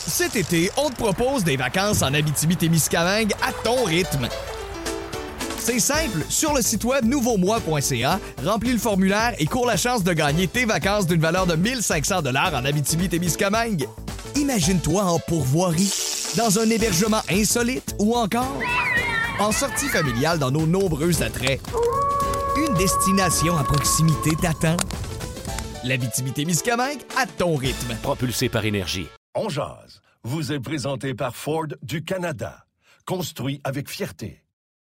Cet été, on te propose des vacances en Abitibi-Témiscamingue à ton rythme. C'est simple, sur le site web nouveaumois.ca, remplis le formulaire et cours la chance de gagner tes vacances d'une valeur de 1 500 $ en Abitibi-Témiscamingue. Imagine-toi en pourvoirie, dans un hébergement insolite ou encore en sortie familiale dans nos nombreux attraits. Une destination à proximité t'attend. L'Abitibi-Témiscamingue à ton rythme. Propulsé par Énergie. On jase vous est présenté par Ford du Canada. Construit avec fierté.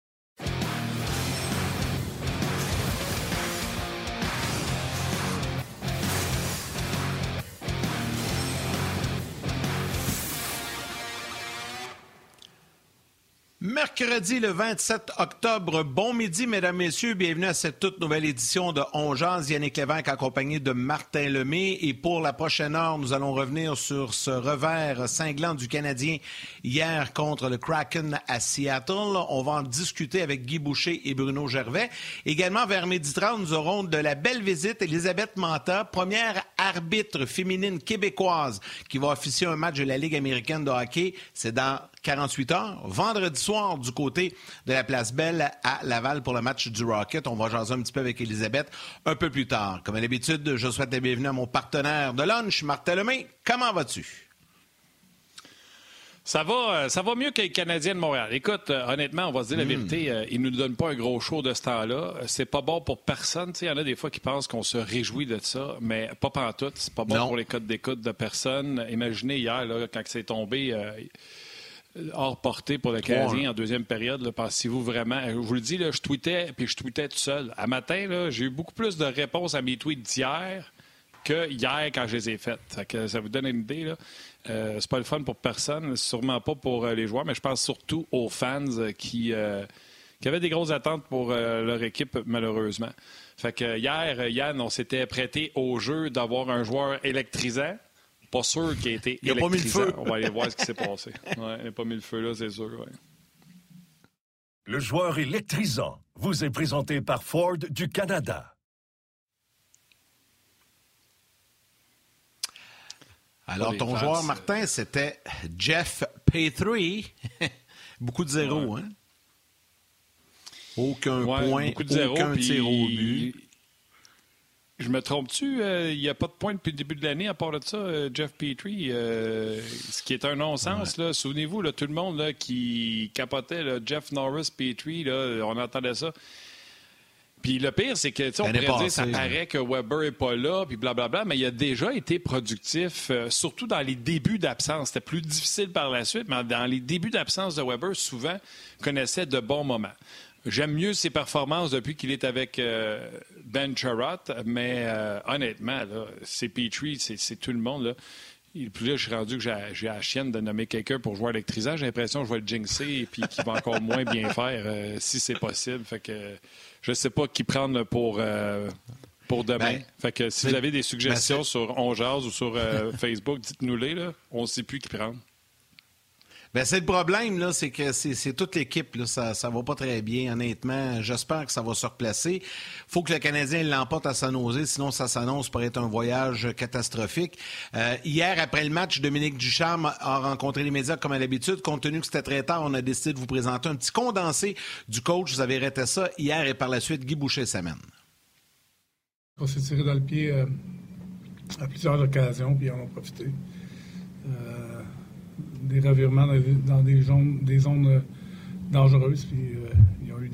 Mercredi le 27 octobre, bon midi mesdames, messieurs, bienvenue à cette toute nouvelle édition de On jase. Yannick Lévesque accompagné de Martin Lemay et pour la prochaine heure, nous allons revenir sur ce revers cinglant du Canadien hier contre le Kraken à Seattle. On va en discuter avec Guy Boucher et Bruno Gervais. Également vers 12h30, nous aurons de la belle visite Elisabeth Manta, première arbitre féminine québécoise qui va officier un match de la Ligue américaine de hockey. C'est dans 48 heures, vendredi soir du côté de la Place Belle à Laval pour le match du Rocket. On va jaser un petit peu avec Elisabeth un peu plus tard. Comme à l'habitude, je souhaite la bienvenue à mon partenaire de lunch, Martin Lemay. Comment vas-tu? Ça va mieux que les Canadiens de Montréal. Écoute, honnêtement, on va se dire la vérité, ils ne nous donnent pas un gros show de ce temps-là. C'est pas bon pour personne. Il y en a des fois qui pensent qu'on se réjouit de ça, mais pas pantoute. C'est pas bon pour les codes d'écoute de personne. Imaginez hier, là, quand c'est tombé... hors portée pour le Canadien en deuxième période. Là, pensez-vous vraiment... Je vous le dis, là, je tweetais tout seul. À matin, là, j'ai eu beaucoup plus de réponses à mes tweets d'hier que hier quand je les ai faites. Ça vous donne une idée. Là. C'est pas le fun pour personne, sûrement pas pour les joueurs, mais je pense surtout aux fans qui avaient des grosses attentes pour leur équipe, malheureusement. Fait que hier, Yann, on s'était prêté au jeu d'avoir un joueur électrisant. Pas sûr qu'il a été électrisant. Il n'a pas mis le feu. On va aller voir ce qui s'est passé. Ouais, il n'a pas mis le feu là, c'est sûr. Ouais. Le joueur électrisant vous est présenté par Ford du Canada. Alors, ton joueur, Martin, c'était Jeff Petrie. Beaucoup de zéros, hein? Aucun point, beaucoup de zéros, aucun tir au but. Je me trompe-tu? Il n'y a pas de point depuis le début de l'année à part de ça, Jeff Petrie, ce qui est un non-sens. Là. Souvenez-vous, là, tout le monde là, qui capotait là, Jeff Norris, Petrie, là, on entendait ça. Puis le pire, c'est que on pourrait dire ça paraît que Weber n'est pas là, puis blablabla, mais il a déjà été productif, surtout dans les débuts d'absence. C'était plus difficile par la suite, mais dans les débuts d'absence de Weber, souvent, connaissait de bons moments. J'aime mieux ses performances depuis qu'il est avec Ben Chirot, mais honnêtement, là, c'est Petrie, c'est tout le monde. Là. Et puis là, je suis rendu que j'ai la chienne de nommer quelqu'un pour joueur électrisant. J'ai l'impression que je vais le jinxer et puis qu'il va encore moins bien faire si c'est possible. Fait que je ne sais pas qui prendre pour demain. Fait que si vous avez des suggestions sur On Jase ou sur Facebook, dites-nous-les. Là. On ne sait plus qui prendre. Ben, c'est le problème, là, c'est que c'est toute l'équipe, là, ça va pas très bien, honnêtement. J'espère que ça va se replacer. Faut que le Canadien l'emporte à San Jose, sinon ça s'annonce pour être un voyage catastrophique. Hier, après le match, Dominique Ducharme a rencontré les médias comme à l'habitude. Compte tenu que c'était très tard, on a décidé de vous présenter un petit condensé du coach. Vous avez arrêté ça hier et par la suite, Guy Boucher s'amène. On s'est tiré dans le pied à plusieurs occasions, puis on en a profité. Des revirements dans des zones dangereuses. Puis ils ont eu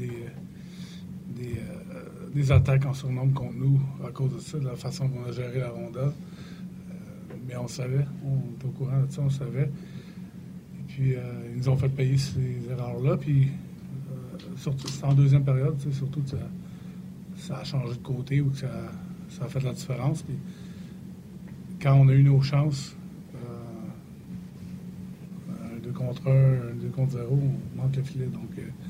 des attaques en surnombre contre nous à cause de ça, de la façon qu'on a géré la rondelle. Mais on savait, on était au courant de ça, on savait. Et puis ils nous ont fait payer ces erreurs-là. Puis surtout, c'est en deuxième période, surtout que ça a changé de côté ou que ça a fait la différence. Puis quand on a eu nos chances, 2 contre 1, 2 contre 0, on manque le filet. Donc,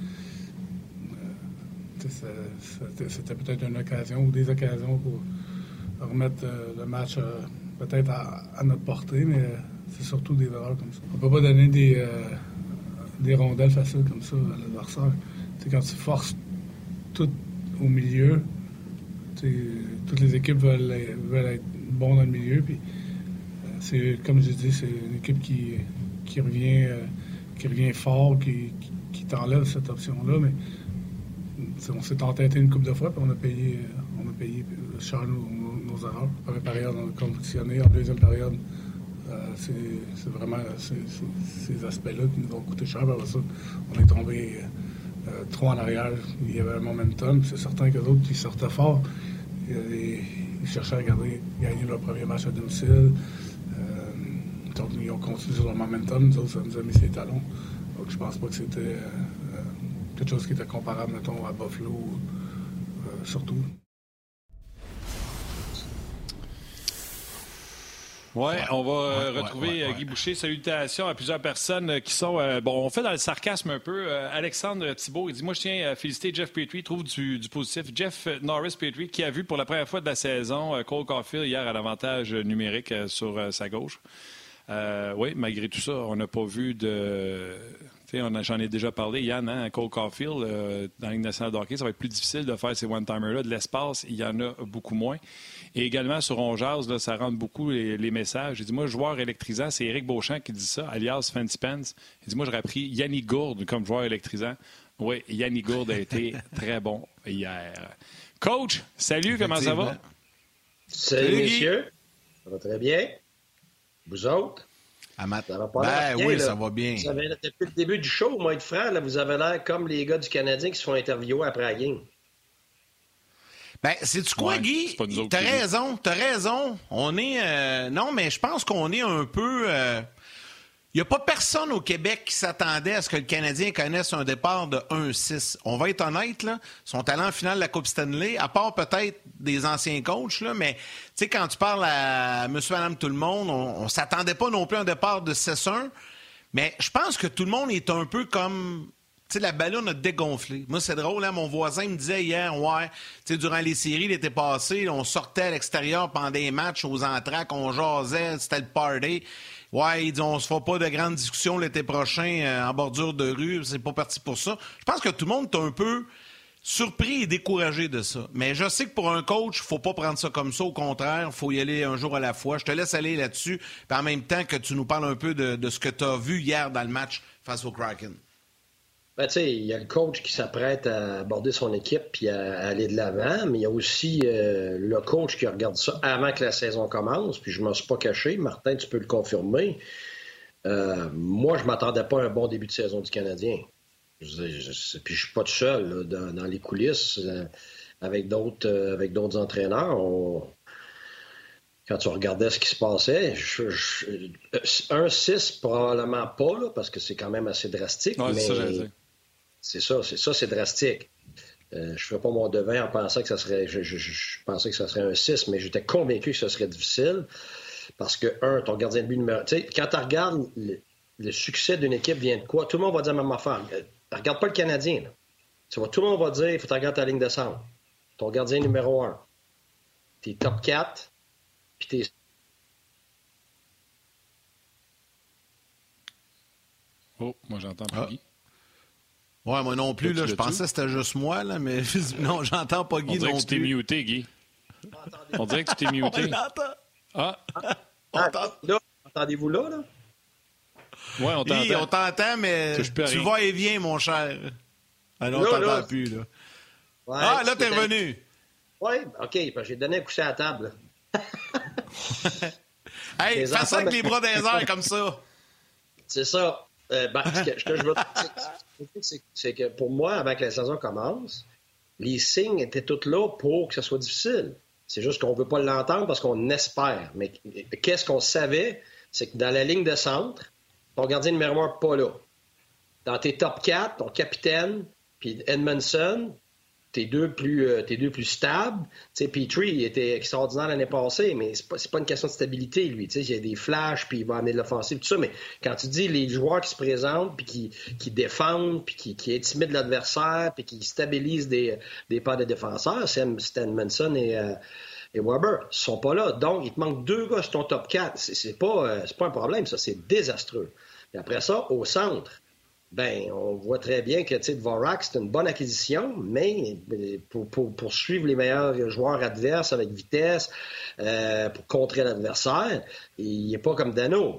c'était peut-être une occasion ou des occasions pour remettre le match peut-être à notre portée, mais c'est surtout des erreurs comme ça. On ne peut pas donner des rondelles faciles comme ça à l'adversaire. Quand tu forces tout au milieu, toutes les équipes veulent être bons dans le milieu, puis c'est comme je dis, c'est une équipe qui revient fort, qui t'enlève cette option-là, mais on s'est entêté une couple de fois, puis on a payé cher nos erreurs. En première période, on a compétitionné. En deuxième période, c'est vraiment ces aspects-là qui nous ont coûté cher. Après ça, on est tombé trop en arrière. Il y avait un momentum. C'est certain que d'autres qui sortaient fort, ils cherchaient à gagner leur premier match à domicile. Donc, ils ont continué sur leur momentum. Nous autres, ça nous a mis ses talons. Donc, je pense pas que c'était quelque chose qui était comparable, mettons, à Buffalo, surtout. Oui, on va retrouver Guy Boucher. Salutations à plusieurs personnes qui sont... on fait dans le sarcasme un peu. Alexandre Thibault, il dit « Moi, je tiens à féliciter Jeff Petrie, trouve du positif. Jeff Norris Petrie, qui a vu pour la première fois de la saison Cole Caulfield hier à l'avantage numérique sur sa gauche. Oui, malgré tout ça, on n'a pas vu de... J'en ai déjà parlé, Yann, hein, Cole Caulfield, dans la Ligue nationale de hockey, ça va être plus difficile de faire ces one-timers-là. De l'espace, il y en a beaucoup moins. Et également, sur On Jase, là, ça rentre beaucoup les messages. Il dit, moi, joueur électrisant, c'est Éric Beauchamp qui dit ça, alias Fancy Pants. Il dit, moi, j'aurais pris Yannick Gourde comme joueur électrisant. Oui, Yannick Gourde a été très bon hier. Coach, salut, comment ça va? Salut, messieurs. Ça va très bien. Vous autres? Ça va pas bien, oui, là. Ça va bien. Vous avez, depuis le début du show, moi et frère, là, vous avez l'air comme les gars du Canadien qui se font interviewer après la game. Sais-tu quoi, Guy? T'as raison. On est... non, mais je pense qu'on est un peu... Il n'y a pas personne au Québec qui s'attendait à ce que le Canadien connaisse un départ de 1-6. On va être honnête, là, son talent final de la Coupe Stanley, à part peut-être des anciens coachs, là, mais tu sais, quand tu parles à monsieur, madame, tout le monde, on ne s'attendait pas non plus à un départ de 6-1, mais je pense que tout le monde est un peu comme... Tu sais, la ballonne a dégonflé. Moi, c'est drôle, hein? Mon voisin me disait hier, tu sais, durant les séries, l'été passé, on sortait à l'extérieur pendant des matchs aux entraques, on jasait, c'était le party. Ouais, il dit, on se fera pas de grandes discussions l'été prochain en bordure de rue, c'est pas parti pour ça. Je pense que tout le monde est un peu surpris et découragé de ça. Mais je sais que pour un coach, faut pas prendre ça comme ça. Au contraire, faut y aller un jour à la fois. Je te laisse aller là-dessus, puis en même temps que tu nous parles un peu de ce que tu as vu hier dans le match face au Kraken. Tu sais, il y a le coach qui s'apprête à aborder son équipe puis à aller de l'avant, mais il y a aussi le coach qui regarde ça avant que la saison commence, puis je m'en suis pas caché. Martin, tu peux le confirmer. Moi, je m'attendais pas à un bon début de saison du Canadien. Puis je suis pas tout seul là, dans les coulisses avec d'autres entraîneurs. Quand tu regardais ce qui se passait, 1-6, probablement pas, là, parce que c'est quand même assez drastique. Ouais, mais c'est ça, j'allais dire. C'est drastique. Je ne ferais pas mon devin en pensant que ça serait... Je pensais que ça serait un 6, mais j'étais convaincu que ce serait difficile. Parce que, ton gardien de but numéro... Tu sais, quand tu regardes le succès d'une équipe vient de quoi? Tout le monde va dire la même affaire. Regarde pas le Canadien. Là. Tout le monde va dire, il faut que tu regardes ta ligne de centre. Ton gardien numéro 1. T'es top 4, puis t'es... Oh, moi, j'entends pas Guy. Ouais, moi non plus, là, je pensais que c'était juste moi, là, mais non, j'entends pas Guy non plus. On dirait que tu t'es muté, Guy. On dirait que tu t'es muté. Là, entendez-vous là? Oui, on t'entend. Oui, on t'entend, mais tu vas et viens, mon cher. Alors, on t'entend plus, là. Ouais, là, t'es revenu. Oui, OK, j'ai donné un coup à la table. Hey, fais ça avec les bras des airs comme ça. C'est ça. Ce que je veux dire, c'est que pour moi, avant que la saison commence, les signes étaient tous là pour que ce soit difficile. C'est juste qu'on ne veut pas l'entendre parce qu'on espère. Mais qu'est-ce qu'on savait? C'est que dans la ligne de centre, ton gardien numéro 1 pas là. Dans tes top 4, ton capitaine, puis Edmondson, tes deux plus stables. Tu sais, Petrie était extraordinaire l'année passée, mais c'est pas une question de stabilité, lui. Tu sais, il y a des flashs, puis il va amener de l'offensive, tout ça. Mais quand tu dis les joueurs qui se présentent, puis qui défendent, puis qui intimident l'adversaire, puis qui stabilisent des paires de défenseurs, c'est Edmondson et Weber. Ils sont pas là. Donc, il te manque 2 gars sur ton top 4. C'est pas un problème, ça. C'est désastreux. Et après ça, au centre, ben, on voit très bien que Dvorak, c'est une bonne acquisition, mais pour suivre les meilleurs joueurs adverses avec vitesse, pour contrer l'adversaire, il n'est pas comme Dano.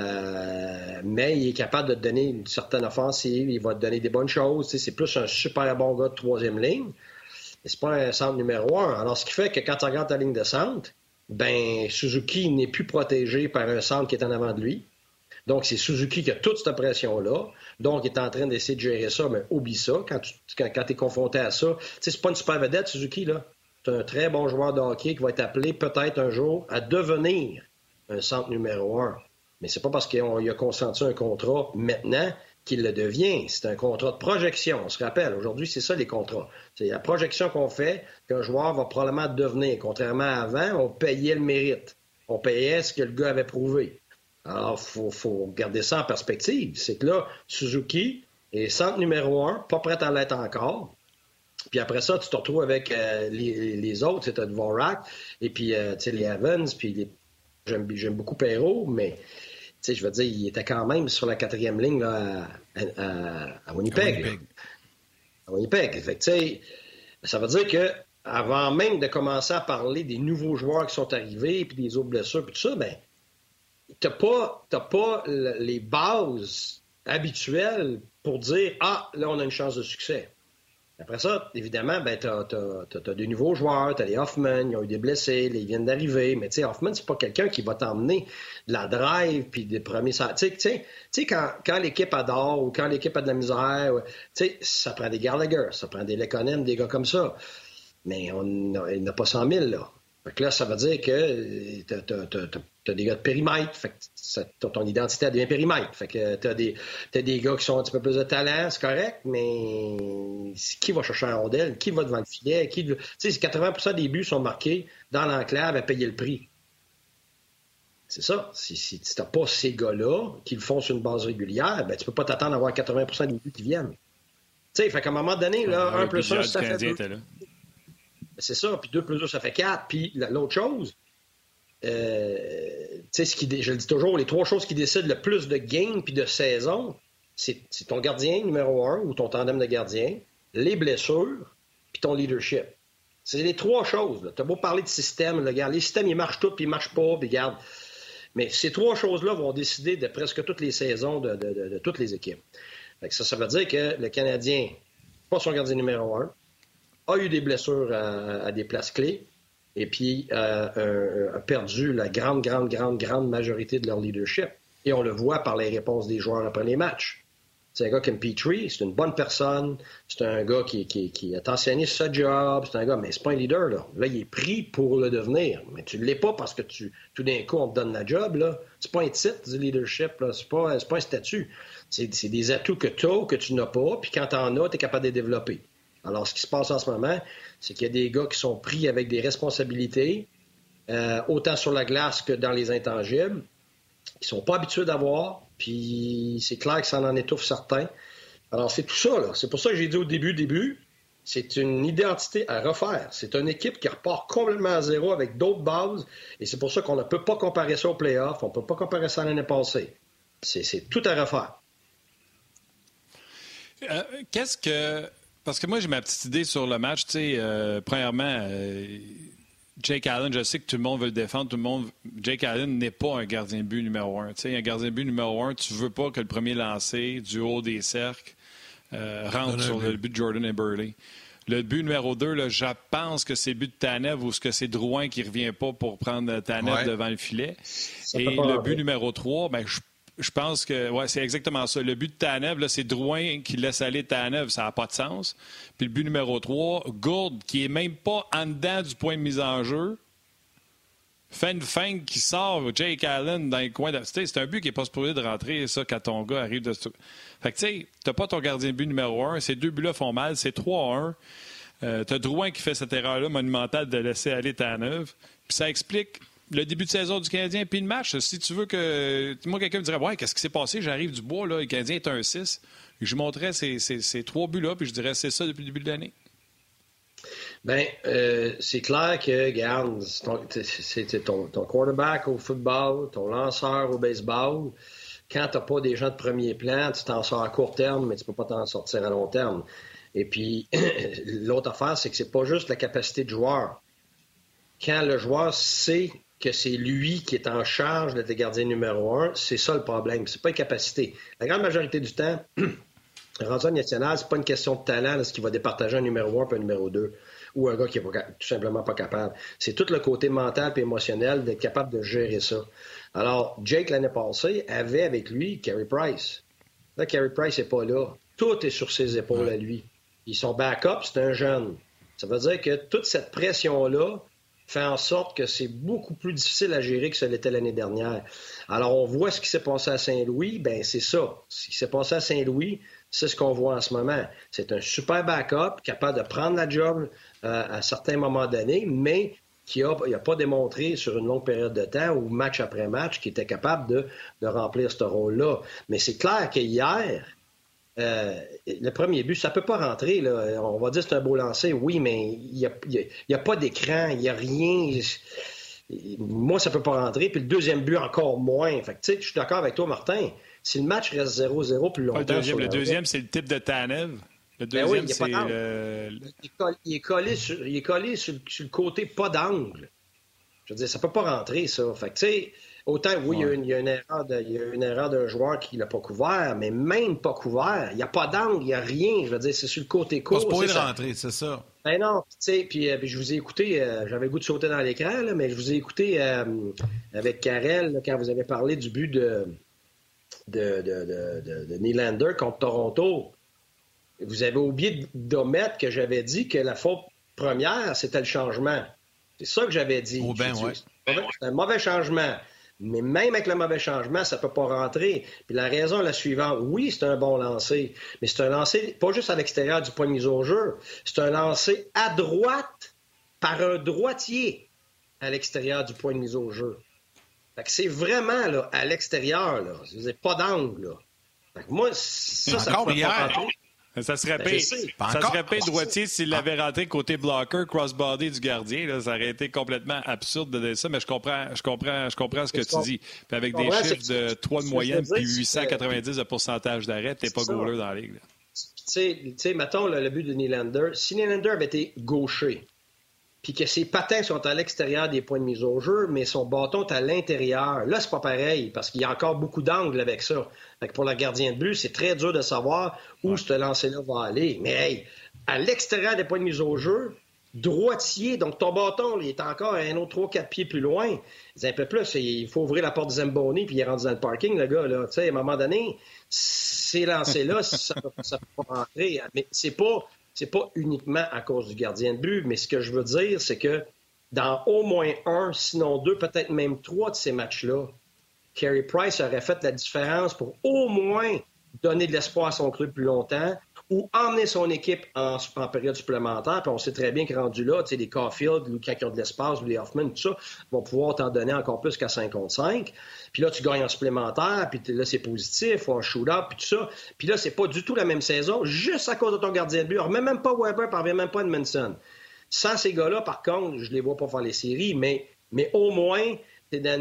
Mais il est capable de te donner une certaine offensive, il va te donner des bonnes choses. C'est plus un super bon gars de troisième ligne, mais c'est pas un centre numéro 1. Alors, ce qui fait que quand tu regardes ta ligne de centre, ben Suzuki n'est plus protégé par un centre qui est en avant de lui. Donc, c'est Suzuki qui a toute cette pression-là. Donc, il est en train d'essayer de gérer ça, mais oublie ça. Quand tu es confronté à ça, c'est pas une super vedette, Suzuki, là. C'est un très bon joueur de hockey qui va être appelé peut-être un jour à devenir un centre numéro 1. Mais c'est pas parce qu'il a consenti un contrat maintenant qu'il le devient. C'est un contrat de projection. On se rappelle, aujourd'hui, c'est ça les contrats. C'est la projection qu'on fait qu'un joueur va probablement devenir. Contrairement à avant, on payait le mérite. On payait ce que le gars avait prouvé. Alors, il faut garder ça en perspective. C'est que là, Suzuki est centre numéro 1, pas prêt à l'être encore. Puis après ça, tu te retrouves avec les autres, c'est Dvorak, et puis les Evans, puis j'aime beaucoup Perrault, mais je veux dire, il était quand même sur la 4e ligne là, à Winnipeg. À Winnipeg. Fait que, ça veut dire que avant même de commencer à parler des nouveaux joueurs qui sont arrivés, puis des autres blessures, puis tout ça, ben t'as pas les bases habituelles pour dire « Ah, là, on a une chance de succès ». Après ça, évidemment, ben t'as des nouveaux joueurs, t'as les Hoffman, ils ont eu des blessés, ils viennent d'arriver, mais tu sais, Hoffman, c'est pas quelqu'un qui va t'emmener de la drive puis des premiers... Tu sais, quand l'équipe adore ou quand l'équipe a de la misère, tu sais, ça prend des Gallagher, ça prend des Lekonen, des gars comme ça. Mais il n'a pas 100 000, là. Fait que là, ça veut dire que t'as des gars de périmètre. Fait que ton identité devient périmètre. Fait que t'as des gars qui sont un petit peu plus de talent, c'est correct, mais qui va chercher un rondelle? Qui va devant le filet? Tu sais, 80% des buts sont marqués dans l'enclave à payer le prix. C'est ça. Si t'as pas ces gars-là qui le font sur une base régulière, ben tu peux pas t'attendre à avoir 80% des buts qui viennent. Tu sais, fait qu'à un moment donné, là, 1 plus 1, ça fait 2. C'est ça, puis 2 plus 2, ça fait 4. Puis l'autre chose, tu sais, je le dis toujours, les 3 choses qui décident le plus de gains puis de saison, c'est ton gardien numéro 1 ou ton tandem de gardien, les blessures, puis ton leadership. C'est les 3 choses. Tu as beau parler de système, là, regarde, les systèmes, ils marchent tous, puis ils marchent pas, puis regarde. Mais ces 3 choses-là vont décider de presque toutes les saisons de toutes les équipes. Fait que ça veut dire que le Canadien, pas son gardien numéro 1, a eu des blessures à des places clés et puis a perdu la grande majorité de leur leadership. Et on le voit par les réponses des joueurs après les matchs. C'est un gars comme Petrie, c'est une bonne personne, c'est un gars qui a tensionné sur sa job, c'est un gars, mais c'est pas un leader, là. Là, il est pris pour le devenir. Mais tu ne l'es pas parce que tout d'un coup, on te donne la job, là. C'est pas un titre du leadership, là. C'est pas un statut. C'est des atouts que tu as, que tu n'as pas, puis quand tu en as, tu es capable de les développer. Alors, ce qui se passe en ce moment, c'est qu'il y a des gars qui sont pris avec des responsabilités, autant sur la glace que dans les intangibles, qui sont pas habitués d'avoir, puis c'est clair que ça en étouffe certains. Alors, c'est tout ça, là. C'est pour ça que j'ai dit au début, c'est une identité à refaire. C'est une équipe qui repart complètement à zéro avec d'autres bases, et c'est pour ça qu'on ne peut pas comparer ça aux playoffs, on ne peut pas comparer ça à l'année passée. C'est tout à refaire. Parce que moi, j'ai ma petite idée sur le match. Premièrement, Jake Allen, je sais que tout le monde veut le défendre. Jake Allen n'est pas un gardien de but numéro 1. Un gardien de but numéro 1, tu ne veux pas que le premier lancé du haut des cercles rentre sur le but de Jordan Eberle. Le but numéro 2, là, je pense que c'est le but de Tanev ou est-ce que c'est Drouin qui ne revient pas pour prendre Tanev devant le filet. Et le but numéro 3, ben, je pense que c'est exactement ça. Le but de Tanev, là, c'est Drouin qui laisse aller Tanev, ça n'a pas de sens. Puis le but numéro 3, Gourde, qui est même pas en dedans du point de mise en jeu, fait une feinte qui sort Jake Allen dans les coins. C'est un but qui n'est pas supposé de rentrer, ça, quand ton gars arrive de... Fait que tu sais, t'as pas ton gardien de but numéro 1. Ces 2 buts-là font mal. C'est 3-1. T'as Drouin qui fait cette erreur-là monumentale de laisser aller Tanev. Puis ça explique le début de saison du Canadien, puis le match. Si tu veux que... Moi, quelqu'un me dirait « Ouais, qu'est-ce qui s'est passé? J'arrive du bois, là. Le Canadien est un 6. » Je montrais ces 3 buts-là, puis je dirais « C'est ça depuis le début de l'année. » Bien, c'est clair que, regarde, c'est ton quarterback au football, ton lanceur au baseball. quand tu n'as pas des gens de premier plan, tu t'en sors à court terme, mais tu peux pas t'en sortir à long terme. Et puis, l'autre affaire, c'est que c'est pas juste la capacité de joueur. Quand le joueur sait que c'est lui qui est en charge d'être le gardien numéro 1, c'est ça le problème. C'est pas une capacité. La grande majorité du temps, rendu en national, c'est pas une question de talent, est-ce qu'il va départager un numéro 1 puis un numéro 2, ou un gars qui est tout simplement pas capable. C'est tout le côté mental et émotionnel d'être capable de gérer ça. Alors, Jake, l'année passée, avait avec lui Carey Price. Là, Carey Price n'est pas là. Tout est sur ses épaules à lui. Ils sont backup, c'est un jeune. Ça veut dire que toute cette pression-là fait en sorte que c'est beaucoup plus difficile à gérer que ce l'était l'année dernière. Alors, on voit ce qui s'est passé à Saint-Louis, bien, c'est ça. Ce qui s'est passé à Saint-Louis, c'est ce qu'on voit en ce moment. C'est un super backup, capable de prendre la job à certains moments donnés, mais qui n'a pas démontré sur une longue période de temps ou match après match qu'il était capable de remplir ce rôle-là. Mais c'est clair qu'hier, le premier but, ça peut pas rentrer. Là. On va dire que c'est un beau lancer, oui, mais il n'y a pas d'écran, il n'y a rien. Moi, ça peut pas rentrer. Puis le deuxième but, encore moins. Fait que, tu sais, je suis d'accord avec toi, Martin. Si le match reste 0-0 plus longtemps... Le deuxième, c'est le type de Tanev. Le deuxième, c'est il est collé sur le côté pas d'angle. Je veux dire, ça peut pas rentrer, ça. Fait que, tu sais, autant, oui, il y a une erreur d'un joueur qui l'a pas couvert, mais même pas couvert. Il n'y a pas d'angle, il n'y a rien. Je veux dire, c'est sur le côté court. Pas de rentrer, c'est ça. Ben non, tu sais, puis je vous ai écouté, j'avais le goût de sauter dans l'écran, là, mais je vous ai écouté avec Karel, là, quand vous avez parlé du but de Nylander contre Toronto. Vous avez oublié d'omettre que j'avais dit que la faute première, c'était le changement. C'est ça que j'avais dit. Oh ben, ouais. C'est un mauvais changement. Mais même avec le mauvais changement, ça ne peut pas rentrer. Puis la raison est la suivante. Oui, c'est un bon lancer, mais c'est un lancer pas juste à l'extérieur du point de mise au jeu. C'est un lancer à droite par un droitier à l'extérieur du point de mise au jeu. Fait que c'est vraiment là, à l'extérieur. Là. Vous n'avez pas d'angle. Là. Fait que moi, ça ne peut pas rentrer. Ça serait pire droitier s'il l'avait rentré côté blocker, crossbody du gardien. Là, ça aurait été complètement absurde de dire ça, mais je comprends ce que tu dis. Puis avec des chiffres de 3 de moyenne puis 890 de pourcentage d'arrêt, t'es pas goaler dans la ligue. Tu sais, mettons le but de Nylander. Si Nylander avait été gaucher, puis que ses patins sont à l'extérieur des points de mise au jeu, mais son bâton est à l'intérieur. Là, c'est pas pareil, parce qu'il y a encore beaucoup d'angles avec ça. Fait que pour le gardien de but, c'est très dur de savoir où ce lancer-là va aller. Mais hey, à l'extérieur des points de mise au jeu, droitier, donc ton bâton, il est encore un autre 3-4 pieds plus loin. Un peu plus, il faut ouvrir la porte du Zamboni, puis il est rendu dans le parking, le gars. Là. Tu sais, à un moment donné, ces lancers-là, ça peut pas rentrer. Mais c'est pas uniquement à cause du gardien de but, mais ce que je veux dire, c'est que dans au moins 1, sinon 2, peut-être même 3 de ces matchs-là, Carey Price aurait fait la différence pour au moins donner de l'espoir à son club plus longtemps ou emmener son équipe en période supplémentaire. Puis on sait très bien que rendu là, tu sais, les Caulfield, quand ils ont de l'espace, ou les Hoffman, tout ça, vont pouvoir t'en donner encore plus qu'à 5 contre 5. Puis là, tu gagnes en supplémentaire, puis là, c'est positif, ou en shoot-up, puis tout ça. Puis là, c'est pas du tout la même saison, juste à cause de ton gardien de but. Alors, même pas Weber, parvient même pas Edmondson. Sans ces gars-là, par contre, je les vois pas faire les séries, mais au moins... T'as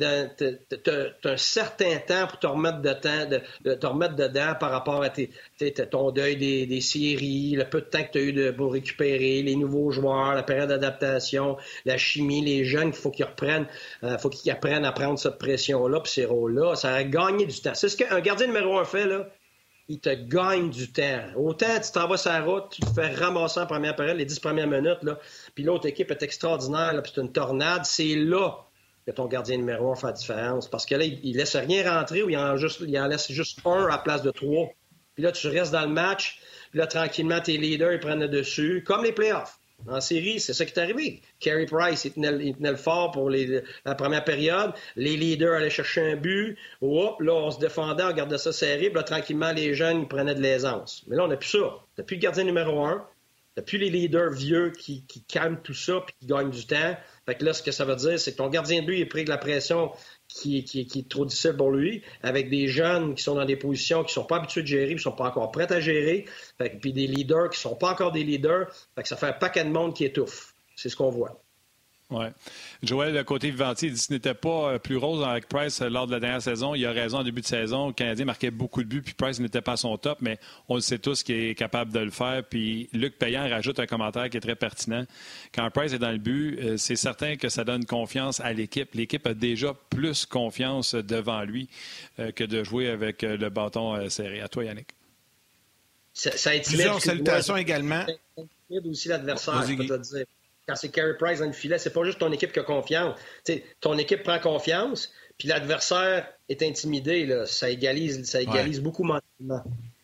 un certain temps pour te remettre te remettre dedans par rapport à ton deuil des séries, le peu de temps que tu as eu pour récupérer, les nouveaux joueurs, la période d'adaptation, la chimie, les jeunes, il faut qu'ils reprennent, faut qu'ils apprennent à prendre cette pression-là puis ces rôles-là. Ça a gagné du temps. C'est ce qu'un gardien numéro 1 fait, là. Il te gagne du temps. Autant tu t'en vas sur la route, tu te fais ramasser en première période, les 10 premières minutes, là, puis l'autre équipe est extraordinaire, là, puis c'est une tornade. C'est là que ton gardien numéro 1 fait la différence. Parce que là, il laisse rien rentrer ou il en laisse juste un à la place de 3. Puis là, tu restes dans le match. Puis là, tranquillement, tes leaders, ils prennent le dessus. Comme les playoffs. En série, c'est ça qui est arrivé. Carey Price, il tenait le fort pour la première période. Les leaders allaient chercher un but. Hop, là, on se défendait, on gardait ça serré. Puis là, tranquillement, les jeunes, ils prenaient de l'aisance. Mais là, on n'a plus ça. T'as plus le gardien numéro 1. T'as plus les leaders vieux qui calment tout ça puis qui gagnent du temps. Fait que là, ce que ça veut dire, c'est que ton gardien de but est pris de la pression qui est trop difficile pour lui, avec des jeunes qui sont dans des positions qui sont pas habitués de gérer, qui sont pas encore prêts à gérer, puis des leaders qui sont pas encore des leaders. Fait que ça fait un paquet de monde qui étouffe. C'est ce qu'on voit. Oui. Joël, le côté Vivanti, il dit que ce n'était pas plus rose avec Price lors de la dernière saison. Il a raison en début de saison. Le Canadien marquait beaucoup de buts, puis Price n'était pas à son top, mais on le sait tous qu'il est capable de le faire. Puis Luc Payan rajoute un commentaire qui est très pertinent. Quand Price est dans le but, c'est certain que ça donne confiance à l'équipe. L'équipe a déjà plus confiance devant lui que de jouer avec le bâton serré. À toi, Yannick. Ça intimide. Plusieurs salutations également. Ça intimide aussi l'adversaire, je peux te dire. Quand c'est Carey Price dans le filet, c'est pas juste ton équipe qui a confiance. T'sais, ton équipe prend confiance, puis l'adversaire est intimidé. Là. Ça égalise beaucoup mentalement.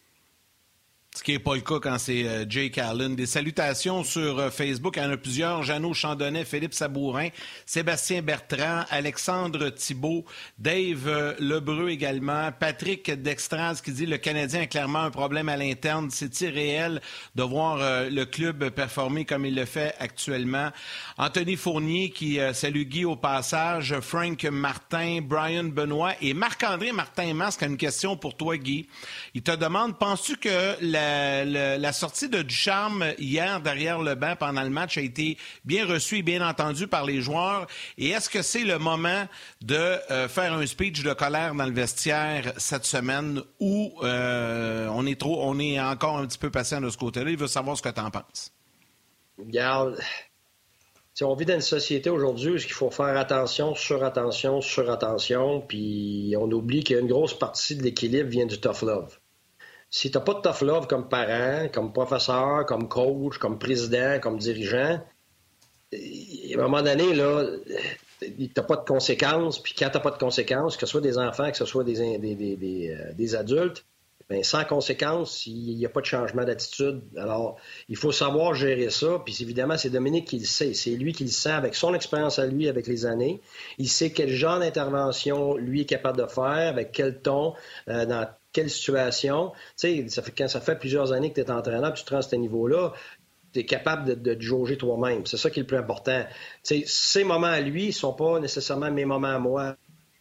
Ce qui n'est pas le cas quand c'est Jake Allen. Des salutations sur Facebook. Il y en a plusieurs. Jeannot Chandonnet, Philippe Sabourin, Sébastien Bertrand, Alexandre Thibault, Dave Lebreu également, Patrick Dextras qui dit « Le Canadien a clairement un problème à l'interne. C'est-il réel de voir le club performer comme il le fait actuellement? » Anthony Fournier qui salue Guy au passage, Frank Martin, Brian Benoît et Marc-André Martin-Masque a une question pour toi, Guy. Il te demande « Penses-tu que la sortie de Ducharme hier derrière le banc pendant le match a été bien reçue et bien entendue par les joueurs? Et est-ce que c'est le moment de faire un speech de colère dans le vestiaire cette semaine où on est encore un petit peu patient de ce côté-là? Il veut savoir ce que tu en penses. Regarde, on vit dans une société aujourd'hui où il faut faire attention, surattention, puis on oublie qu'il y a une grosse partie de l'équilibre vient du tough love. Si tu n'as pas de tough love comme parent, comme professeur, comme coach, comme président, comme dirigeant, à un moment donné, là, tu n'as pas de conséquences. Puis quand tu n'as pas de conséquences, que ce soit des enfants, que ce soit des adultes, bien, sans conséquences, il n'y a pas de changement d'attitude. Alors, il faut savoir gérer ça. Puis évidemment, c'est Dominique qui le sait. C'est lui qui le sent avec son expérience à lui, avec les années. Il sait quel genre d'intervention lui est capable de faire, avec quel ton, dans quelle situation. Tu sais, quand ça fait plusieurs années que tu es entraîneur et tu te rends à ce niveau-là, tu es capable de te jauger toi-même. C'est ça qui est le plus important. Tu sais, ses moments à lui ne sont pas nécessairement mes moments à moi.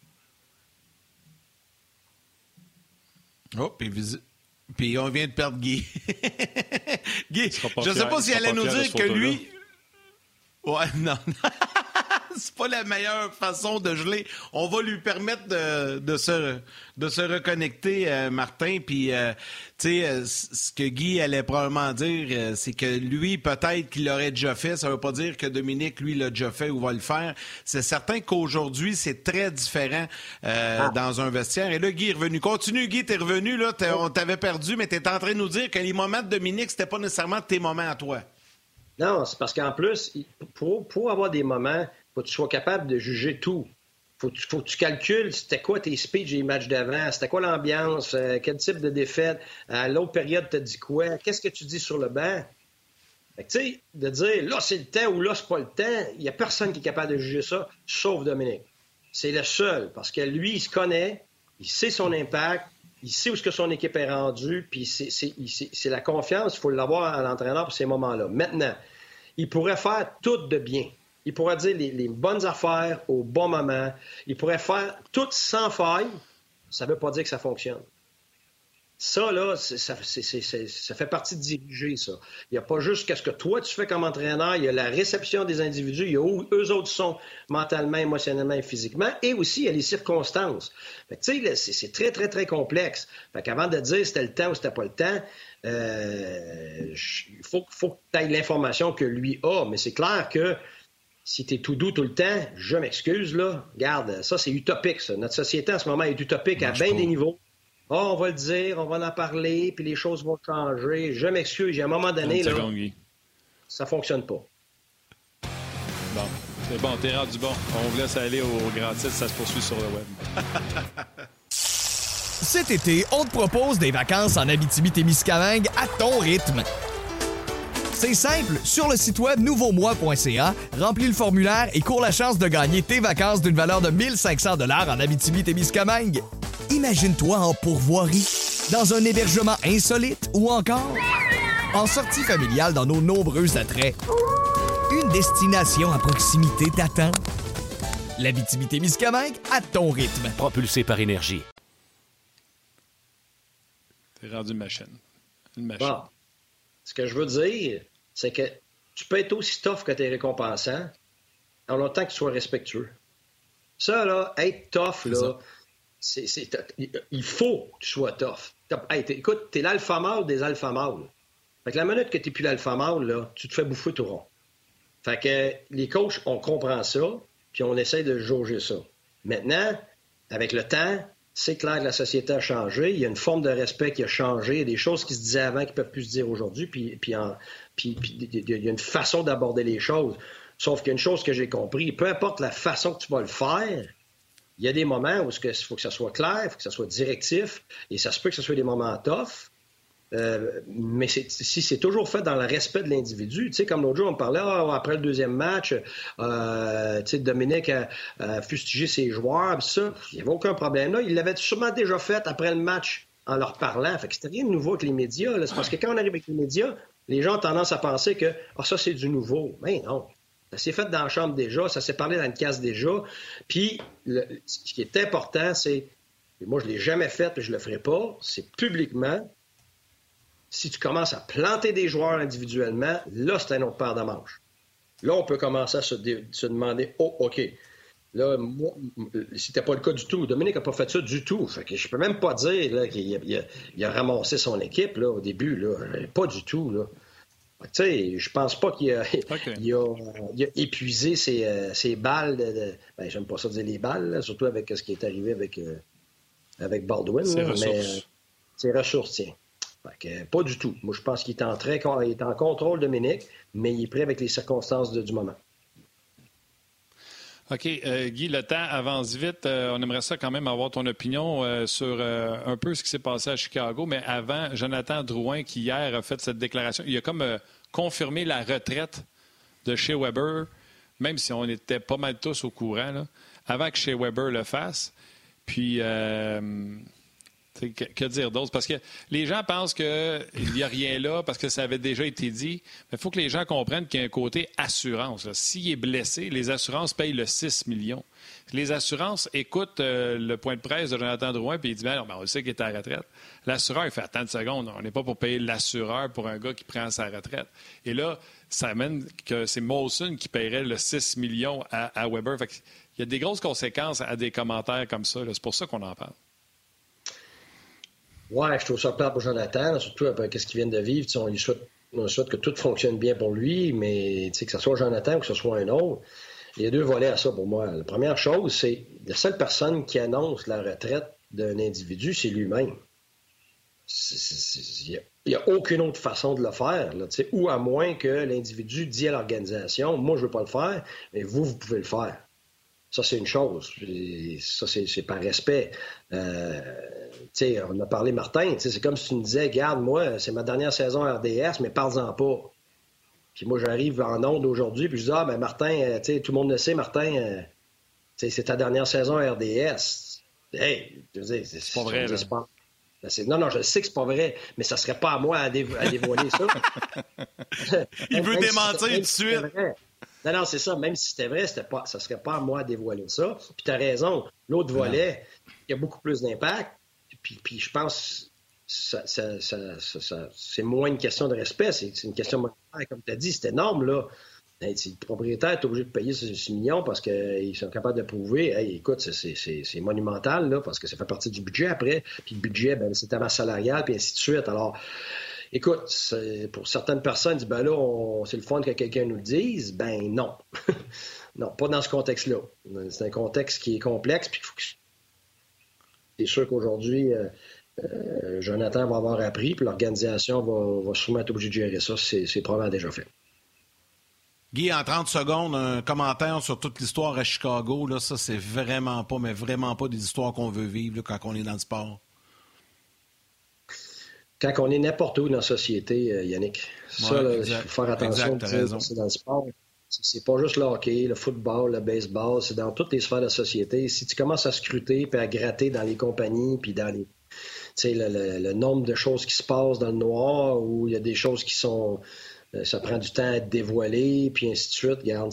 Oh, puis on vient de perdre Guy. Guy, je ne sais pas s'il allait nous dire que lui... Ouais, non. C'est pas la meilleure façon de geler. On va lui permettre de se reconnecter, Martin. Puis, tu sais, ce que Guy allait probablement dire, c'est que lui, peut-être qu'il l'aurait déjà fait. Ça veut pas dire que Dominique, lui, l'a déjà fait ou va le faire. C'est certain qu'aujourd'hui, c'est très différent dans un vestiaire. Et là, Guy est revenu. Continue, Guy, t'es revenu. Là, on t'avait perdu, mais t'es en train de nous dire que les moments de Dominique, c'était pas nécessairement tes moments à toi. Non, c'est parce qu'en plus, pour avoir des moments, il faut que tu sois capable de juger tout. Faut que tu calcules c'était quoi tes speeches des matchs d'avant, c'était quoi l'ambiance, quel type de défaite, à l'autre période t'as dit quoi, qu'est-ce que tu dis sur le banc. Fait que, tu sais, de dire là c'est le temps ou là c'est pas le temps, il n'y a personne qui est capable de juger ça, sauf Dominique. C'est le seul, parce que lui, il se connaît, il sait son impact, il sait où est-ce que son équipe est rendue, puis c'est la confiance, il faut l'avoir à l'entraîneur pour ces moments-là. Maintenant, il pourrait faire tout de bien. Il pourrait dire les bonnes affaires au bon moment. Il pourrait faire tout sans faille. Ça ne veut pas dire que ça fonctionne. Ça, là, ça fait partie de diriger, ça. Il n'y a pas juste qu'est-ce que toi, tu fais comme entraîneur. Il y a la réception des individus. Il y a où eux autres sont mentalement, émotionnellement et physiquement. Et aussi, il y a les circonstances. Fait que, tu sais, c'est très, très, très complexe. Fait qu'avant de dire c'était le temps ou c'était pas le temps, il faut que tu aies l'information que lui a. Mais c'est clair que si tu es tout doux tout le temps, je m'excuse, là. Regarde, ça, c'est utopique, ça. Notre société, en ce moment, est utopique à bien des niveaux. On va le dire, on va en parler, puis les choses vont changer. Je m'excuse, à un moment donné, là, ça fonctionne pas. Bon, c'est bon, t'es rendu bon. On vous laisse aller au grand titre, ça se poursuit sur le web. Cet été, on te propose des vacances en Abitibi-Témiscamingue à ton rythme. C'est simple, sur le site web nouveaumois.ca, remplis le formulaire et cours la chance de gagner tes vacances d'une valeur de 1 500 $ en Abitibi-Témiscamingue. Imagine-toi en pourvoirie, dans un hébergement insolite ou encore en sortie familiale dans nos nombreux attraits. Une destination à proximité t'attend. L'Abitibi-Témiscamingue à ton rythme. Propulsé par Énergie. T'es rendu une machine. Bon. Ce que je veux dire, c'est que tu peux être aussi tough que t'es récompensant. en longtemps que tu sois respectueux. Ça, là, être tough, là, il faut que tu sois tough. Hey, écoute, t'es l'alpha mâle des alpha mâles. Fait que la minute que t'es plus l'alpha mâle, là, tu te fais bouffer tout rond. Fait que les coachs, on comprend ça, puis on essaie de jauger ça. Maintenant, avec le temps, c'est clair que la société a changé. Il y a une forme de respect qui a changé. Il y a des choses qui se disaient avant qui ne peuvent plus se dire aujourd'hui. Puis il y a une façon d'aborder les choses. Sauf qu'il y a une chose que j'ai compris. Peu importe la façon que tu vas le faire, il y a des moments où il faut que ça soit clair, il faut que ça soit directif. Et ça se peut que ce soit des moments tough. Mais si c'est toujours fait dans le respect de l'individu, tu sais, comme l'autre jour, on parlait, après le deuxième match, tu sais, Dominique a fustigé ses joueurs, ça, il n'y avait aucun problème là. Il l'avait sûrement déjà fait après le match en leur parlant. Fait que c'était rien de nouveau avec les médias. Là. C'est parce que quand on arrive avec les médias, les gens ont tendance à penser que ça, c'est du nouveau. Mais non. Ça s'est fait dans la chambre déjà, ça s'est parlé dans une case déjà. Puis, ce qui est important, c'est, et moi, je ne l'ai jamais fait et je ne le ferai pas, c'est publiquement. Si tu commences à planter des joueurs individuellement, là, c'est un autre paire de manches. Là, on peut commencer à se demander, OK, là, moi, c'était pas le cas du tout. Dominique n'a pas fait ça du tout. Fait que je peux même pas dire là, qu'il a ramassé son équipe là, au début. Là. Pas du tout. Là. Tu sais, je pense pas qu'il a, il a épuisé ses balles. Ben, j'aime pas ça dire les balles, là, surtout avec ce qui est arrivé avec Baldwin. Ses ressources, tiens. Fait que, pas du tout. Moi, je pense qu'il est en contrôle, Dominique, mais il est prêt avec les circonstances du moment. OK. Guy, le temps avance vite. On aimerait ça quand même avoir ton opinion sur un peu ce qui s'est passé à Chicago. Mais avant, Jonathan Drouin, qui hier a fait cette déclaration, il a comme confirmé la retraite de Shea Weber, même si on était pas mal tous au courant, là, avant que Shea Weber le fasse. Puis... que dire d'autre? Parce que les gens pensent qu'il n'y a rien là parce que ça avait déjà été dit. Mais il faut que les gens comprennent qu'il y a un côté assurance. Là. S'il est blessé, les assurances payent le 6 millions. Les assurances écoutent le point de presse de Jonathan Drouin et il dit non, on sait qu'il est à la retraite. L'assureur, il fait attends une seconde. On n'est pas pour payer l'assureur pour un gars qui prend sa retraite. Et là, ça amène que c'est Molson qui paierait le 6 millions à Weber. Fait il y a des grosses conséquences à des commentaires comme ça. Là. C'est pour ça qu'on en parle. Ouais, je trouve ça plate pour Jonathan, surtout après ce qu'il vient de vivre. On lui souhaite que tout fonctionne bien pour lui, mais que ce soit Jonathan ou que ce soit un autre, il y a deux volets à ça pour moi. La première chose, c'est la seule personne qui annonce la retraite d'un individu, c'est lui-même. Il n'y a aucune autre façon de le faire, là, ou à moins que l'individu dit à l'organisation, moi, je ne veux pas le faire, mais vous pouvez le faire. Ça, c'est une chose. Ça, c'est par respect. On a parlé, Martin, c'est comme si tu me disais, regarde, moi, c'est ma dernière saison à RDS, mais parle-en pas. Puis moi, j'arrive en onde aujourd'hui, puis je dis, Martin, tout le monde le sait, Martin, c'est ta dernière saison à RDS. Hey, je veux dire, c'est pas vrai. Non, je sais que c'est pas vrai, mais ça serait pas à moi à dévoiler ça. Il veut démentir tout de suite. Non, c'est ça. Même si c'était vrai, ça ne serait pas à moi de dévoiler ça. Puis tu as raison. L'autre volet, il y a beaucoup plus d'impact. Puis je pense que c'est moins une question de respect. C'est une question monétaire. Comme tu as dit, c'est énorme, là. Le propriétaire est obligé de payer 6 millions parce qu'ils sont capables de prouver. Hey, écoute, c'est monumental, là, parce que ça fait partie du budget après. Puis le budget, c'est ta masse salariale, puis ainsi de suite. Alors... Écoute, pour certaines personnes, disent, là, c'est le fun que quelqu'un nous le dise. Ben non. Non, pas dans ce contexte-là. C'est un contexte qui est complexe. Puis c'est sûr qu'aujourd'hui, Jonathan va avoir appris, puis l'organisation va sûrement être obligée de gérer ça. C'est probablement déjà fait. Guy, en 30 secondes, un commentaire sur toute l'histoire à Chicago. Là, ça, c'est vraiment pas des histoires qu'on veut vivre là, quand on est dans le sport. Quand on est n'importe où dans la société, Yannick, ça, il faut faire attention. C'est dans le sport. C'est pas juste le hockey, le football, le baseball, c'est dans toutes les sphères de la société. Si tu commences à scruter puis à gratter dans les compagnies puis dans les, le nombre de choses qui se passent dans le noir, où il y a des choses qui sont... ça prend du temps à être dévoilé, puis ainsi de suite. Regarde,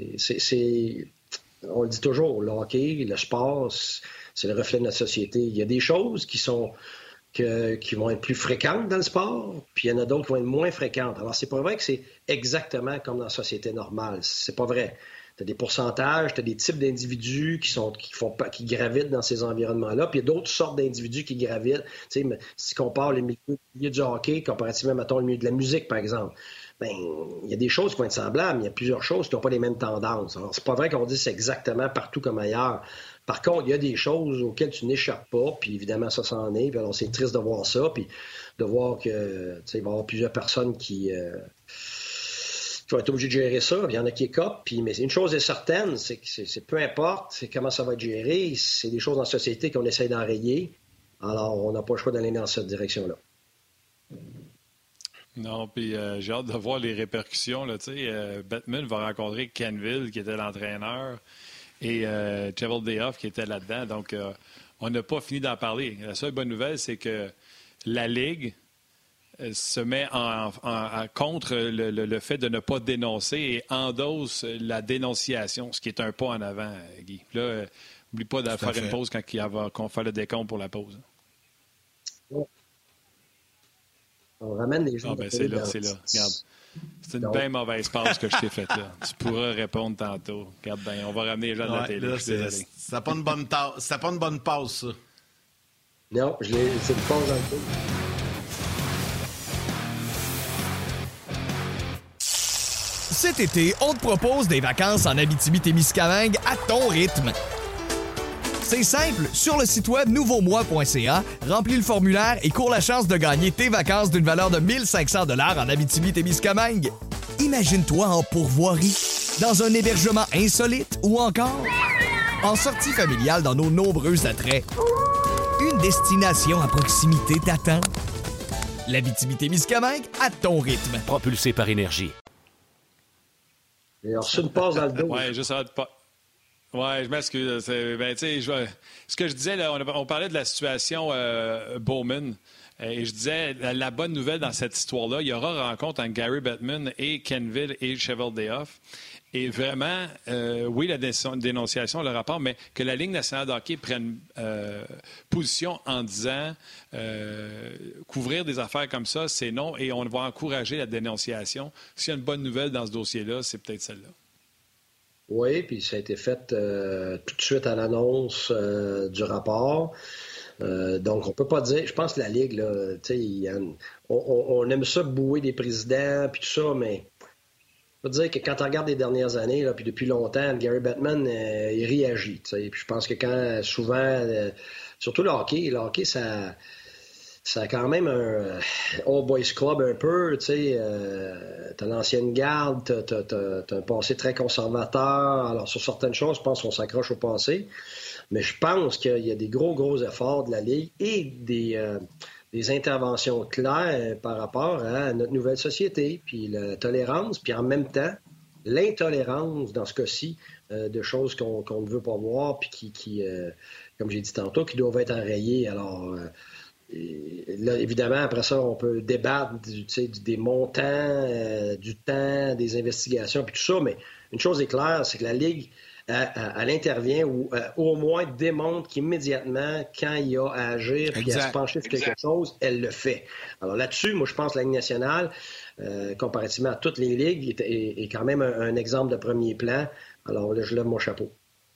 on le dit toujours, le hockey, le sport, c'est le reflet de notre société. Il y a des choses qui vont être plus fréquentes dans le sport, puis il y en a d'autres qui vont être moins fréquentes. Alors, c'est pas vrai que c'est exactement comme dans la société normale. C'est pas vrai. as des pourcentages, tu as des types d'individus qui gravitent dans ces environnements-là, puis il y a d'autres sortes d'individus qui gravitent. Tu sais, si on compare le milieu du hockey, comparativement, mettons, le milieu de la musique, par exemple, ben, il y a des choses qui vont être semblables, mais il y a plusieurs choses qui n'ont pas les mêmes tendances. Alors, c'est pas vrai qu'on dit que c'est exactement partout comme ailleurs. Par contre, il y a des choses auxquelles tu n'échappes pas, puis évidemment, ça s'en est. Puis alors, c'est triste de voir ça, puis de voir que, tu sais, il va y avoir plusieurs personnes qui vont être obligées de gérer ça. Puis il y en a qui écopent, mais une chose est certaine, c'est que c'est peu importe comment ça va être géré, c'est des choses dans la société qu'on essaie d'enrayer. Alors, on n'a pas le choix d'aller dans cette direction-là. Non, puis j'ai hâte de voir les répercussions. Bettman va rencontrer Kenville, qui était l'entraîneur, et Cheveldayoff, qui était là-dedans. Donc, on n'a pas fini d'en parler. La seule bonne nouvelle, c'est que la Ligue se met contre le fait de ne pas dénoncer et endosse la dénonciation, ce qui est un pas en avant, Guy. Là, n'oublie pas de faire une pause quand qu'on fait le décompte pour la pause. On ramène les gens. C'est là. Regarde. C'est une bien mauvaise passe que je t'ai faite là. Tu pourras répondre tantôt. Regarde bien, on va ramener les gens de la télé. C'est pas une bonne passe, ça. Non, c'est une pause dans le coup. Cet été, on te propose des vacances en Abitibi-Témiscamingue à ton rythme. C'est simple, sur le site web nouveaumois.ca, remplis le formulaire et cours la chance de gagner tes vacances d'une valeur de 1 500 $ en Abitibi-Témiscamingue. Imagine-toi en pourvoirie, dans un hébergement insolite ou encore en sortie familiale dans nos nombreux attraits. Une destination à proximité t'attend. L'Abitibi-Témiscamingue à ton rythme. Propulsé par Énergie. Et on reçu une passe dans le dos. Ouais, juste pas. Ouais, je m'excuse. Ce que je disais, là, on parlait de la situation Bowman. Et je disais, la bonne nouvelle dans cette histoire-là, il y aura rencontre entre Gary Bettman et Kenville et Cheveldayoff. Et vraiment, oui, la dénonciation, le rapport, mais que la Ligue nationale de hockey prenne position en disant couvrir des affaires comme ça, c'est non, et on va encourager la dénonciation. S'il y a une bonne nouvelle dans ce dossier-là, c'est peut-être celle-là. Oui, puis ça a été fait tout de suite à l'annonce du rapport. Donc, on peut pas dire... Je pense que la Ligue, là, on aime ça bouer des présidents puis tout ça, mais je peux dire que quand on regarde les dernières années, là, puis depuis longtemps, Gary Bettman, il réagit. Puis je pense que quand souvent, surtout le hockey, ça a quand même un All Boys Club un peu, tu sais, t'as l'ancienne garde, t'as un passé très conservateur. Alors, sur certaines choses, je pense qu'on s'accroche au passé. Mais je pense qu'il y a des gros efforts de la Ligue et des interventions claires par rapport à notre nouvelle société, puis la tolérance, puis en même temps, l'intolérance, dans ce cas-ci, de choses qu'on ne veut pas voir, puis qui comme j'ai dit tantôt, qui doivent être enrayées. Alors... là, évidemment, après ça, on peut débattre des montants, du temps, des investigations, puis tout ça, mais une chose est claire, c'est que la Ligue, elle intervient ou au moins démontre qu'immédiatement, quand il y a à agir puis à se pencher sur quelque chose, elle le fait. Alors là-dessus, moi, je pense que la Ligue nationale, comparativement à toutes les ligues, est quand même un exemple de premier plan. Alors là, je lève mon chapeau.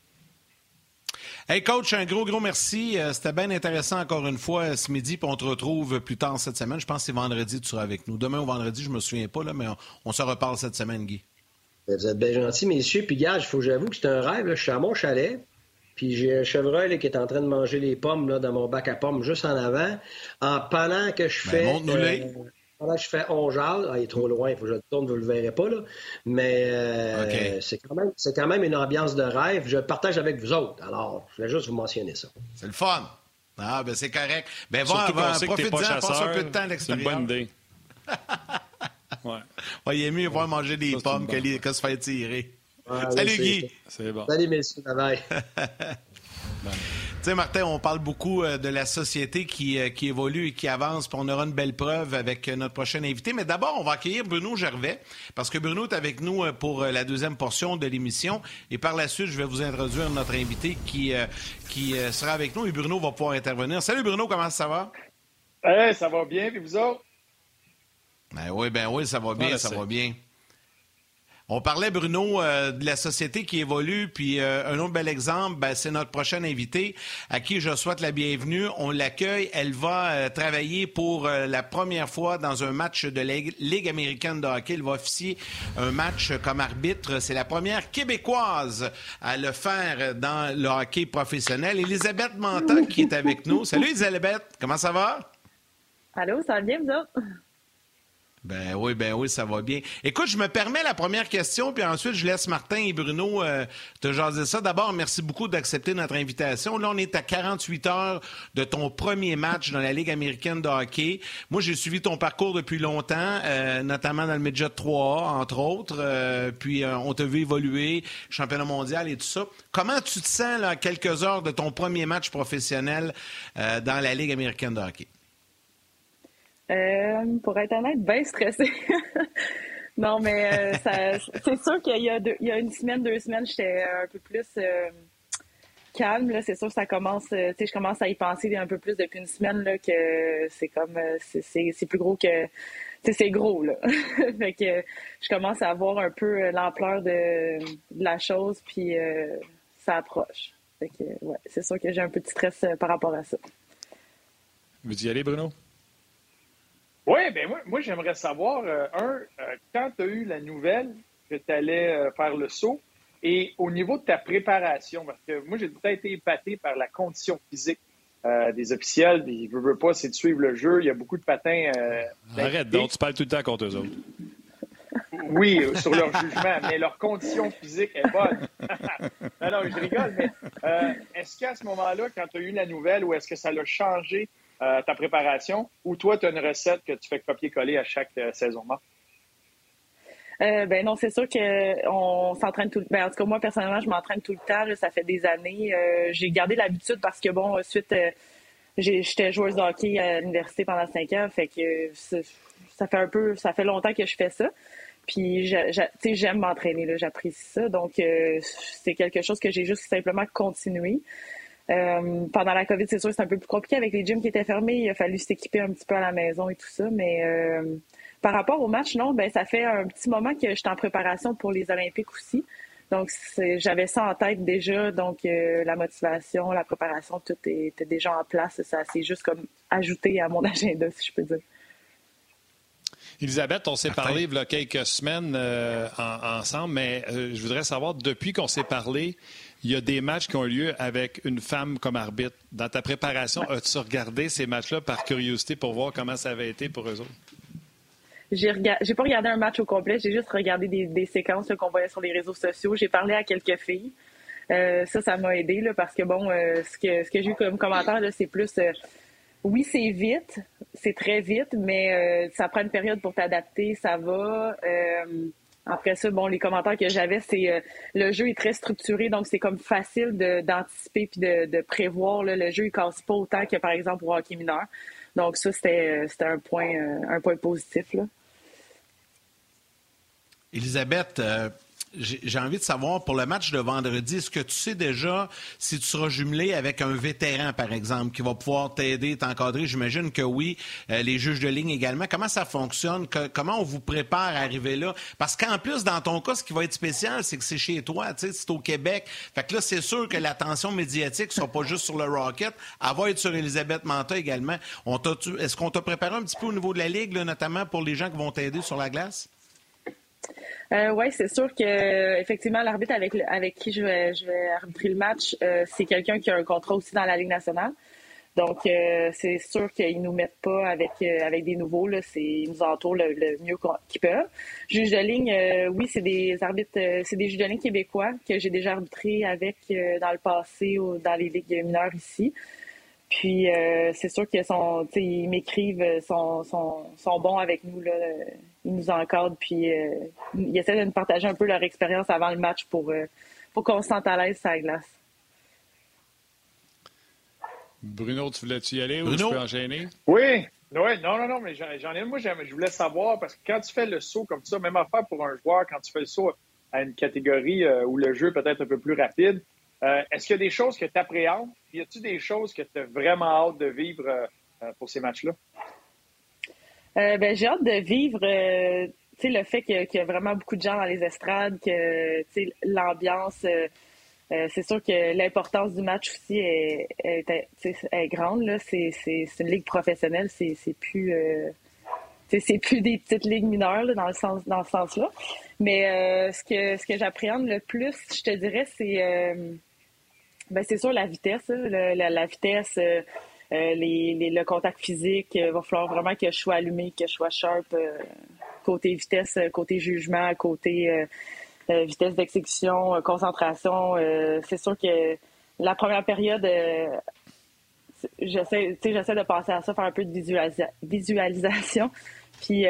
Hey coach, un gros merci. C'était bien intéressant encore une fois ce midi, puis on te retrouve plus tard cette semaine. Je pense que c'est vendredi tu seras avec nous. Demain ou vendredi, je me souviens pas, là, mais on se reparle cette semaine, Guy. Vous êtes bien gentils, messieurs. Puis gars, j'avoue que c'est un rêve. Là. Je suis à mon chalet, puis j'ai un chevreuil là, qui est en train de manger les pommes là, dans mon bac à pommes juste en avant. Pendant que je fais... montre-nous-les. Pendant que je fais on jase, il est trop loin, il faut que je le tourne, vous ne le verrez pas, là. Mais okay. c'est quand même une ambiance de rêve. Je le partage avec vous autres. Alors, je voulais juste vous mentionner ça. C'est le fun. Ah, ben c'est correct. Ben profite-en, passe un peu de temps à l'extérieur. C'est une bonne idée. Ouais, il est mieux voir manger des pommes que se faire tirer. Salut, Guy. C'est bon. Salut, messieurs. Bye. Tu sais, Martin, on parle beaucoup de la société qui évolue et qui avance, puis on aura une belle preuve avec notre prochain invité. Mais d'abord, on va accueillir Bruno Gervais, parce que Bruno est avec nous pour la deuxième portion de l'émission. Et par la suite, je vais vous introduire notre invité qui sera avec nous. Et Bruno va pouvoir intervenir. Salut Bruno, comment ça va? Hey, ça va bien, puis vous autres? Ben oui, ça va bien, ça va bien. On parlait, Bruno, de la société qui évolue, puis un autre bel exemple, c'est notre prochaine invitée, à qui je souhaite la bienvenue. On l'accueille. Elle va travailler pour la première fois dans un match de la Ligue américaine de hockey. Elle va officier un match comme arbitre. C'est la première Québécoise à le faire dans le hockey professionnel. Élisabeth Manta qui est avec nous. Salut, Élisabeth. Comment ça va? Allô, ça va bien, vous autres? Ben oui, ça va bien. Écoute, je me permets la première question, puis ensuite, je laisse Martin et Bruno te jaser ça. D'abord, merci beaucoup d'accepter notre invitation. Là, on est à 48 heures de ton premier match dans la Ligue américaine de hockey. Moi, j'ai suivi ton parcours depuis longtemps, notamment dans le Midget 3A, entre autres. Puis, on t'a vu évoluer, championnat mondial et tout ça. Comment tu te sens, là, à quelques heures de ton premier match professionnel dans la Ligue américaine de hockey? Pour être honnête, bien stressée. Non, mais c'est sûr qu'il y a une semaine, 2 semaines, j'étais un peu plus calme. Là. C'est sûr que ça commence, je commence à y penser un peu plus depuis une semaine, là, que c'est comme, c'est plus gros que, c'est gros, là. Fait que je commence à voir un peu l'ampleur de la chose, puis ça approche. Fait que, ouais, c'est sûr que j'ai un petit stress par rapport à ça. Veux-tu y aller, Bruno? Oui, bien moi j'aimerais savoir, quand tu as eu la nouvelle que tu allais faire le saut, et au niveau de ta préparation, parce que moi j'ai tout été épaté par la condition physique des officiels, ils ne veulent pas, c'est de suivre le jeu, il y a beaucoup de patins. Arrête donc, tu parles tout le temps contre eux autres. Oui, sur leur jugement, mais leur condition physique est bonne. non, je rigole, mais est-ce qu'à ce moment-là, quand tu as eu la nouvelle, ou est-ce que ça l'a changé ta préparation, ou toi, tu as une recette que tu fais copier-coller à chaque saison? Non, c'est sûr qu'on s'entraîne tout le temps. En tout cas, moi, personnellement, je m'entraîne tout le temps. Là, ça fait des années. J'ai gardé l'habitude parce que, bon, ensuite, j'étais joueuse de hockey à l'université pendant 5 ans. Fait que ça fait longtemps que je fais ça. Puis, j'aime m'entraîner, là, j'apprécie ça. Donc, c'est quelque chose que j'ai juste simplement continué. Pendant la COVID, c'est sûr que c'est un peu plus compliqué avec les gyms qui étaient fermés. Il a fallu s'équiper un petit peu à la maison et tout ça. Mais par rapport au match, non, ça fait un petit moment que je suis en préparation pour les Olympiques aussi. Donc, j'avais ça en tête déjà. Donc, la motivation, la préparation, tout était déjà en place. Ça s'est juste comme ajouté à mon agenda, si je peux dire. Élisabeth, on s'est parlé il y a quelques semaines ensemble, mais je voudrais savoir, depuis qu'on s'est parlé, il y a des matchs qui ont lieu avec une femme comme arbitre. Dans ta préparation, as-tu regardé ces matchs-là par curiosité pour voir comment ça avait été pour eux autres? J'ai pas regardé un match au complet, j'ai juste regardé des séquences là, qu'on voyait sur les réseaux sociaux. J'ai parlé à quelques filles. Ça m'a aidé là, parce que, bon, ce que j'ai eu comme commentaire, là, c'est plus... oui, c'est vite, c'est très vite, mais ça prend une période pour t'adapter, ça va. Après ça, bon, les commentaires que j'avais, c'est le jeu est très structuré, donc c'est comme facile d'anticiper puis de prévoir. Là, le jeu, il casse pas autant que, par exemple, au hockey mineur. Donc ça, c'était un point positif, là. Élisabeth, j'ai envie de savoir, pour le match de vendredi, est-ce que tu sais déjà si tu seras jumelé avec un vétéran, par exemple, qui va pouvoir t'aider, t'encadrer? J'imagine que oui, les juges de ligne également. Comment ça fonctionne? Comment on vous prépare à arriver là? Parce qu'en plus, dans ton cas, ce qui va être spécial, c'est que c'est chez toi, tu sais, c'est au Québec. Fait que là, c'est sûr que l'attention médiatique ne sera pas juste sur le Rocket, elle va être sur Élisabeth Manta également. Est-ce qu'on t'a préparé un petit peu au niveau de la Ligue, là, notamment pour les gens qui vont t'aider sur la glace? Oui, c'est sûr que effectivement l'arbitre avec qui je vais arbitrer le match, c'est quelqu'un qui a un contrat aussi dans la Ligue nationale. Donc c'est sûr qu'ils nous mettent pas avec des nouveaux là, ils nous entourent le mieux qu'ils peuvent. Juge de ligne, oui, c'est des arbitres, c'est des juges de ligne québécois que j'ai déjà arbitré avec dans le passé dans les ligues mineures ici. Puis c'est sûr qu'ils m'écrivent, sont bons avec nous là, ils nous encadrent, puis ils essaient de nous partager un peu leur expérience avant le match pour qu'on se sente à l'aise sur la glace. Bruno, tu voulais-tu y aller ou je peux enchaîner? Oui, non, mais j'en ai. Moi, je voulais savoir, parce que quand tu fais le saut comme ça, même affaire pour un joueur, quand tu fais le saut à une catégorie où le jeu peut être un peu plus rapide, est-ce qu'il y a des choses que tu appréhendes? Y a-t-il des choses que tu as vraiment hâte de vivre pour ces matchs-là? J'ai hâte de vivre le fait qu'il y a vraiment beaucoup de gens dans les estrades, que l'ambiance, c'est sûr que l'importance du match aussi est grande. Là. C'est une ligue professionnelle, c'est plus des petites ligues mineures là, dans ce sens-là. Mais ce que j'appréhende le plus, je te dirais, c'est sûr la vitesse. La vitesse, le contact physique. Il va falloir vraiment que je sois allumé, que je sois sharp. Côté vitesse, côté jugement, côté vitesse d'exécution, concentration. C'est sûr que la première période, j'essaie de penser à ça, faire un peu de visualisation. Puis,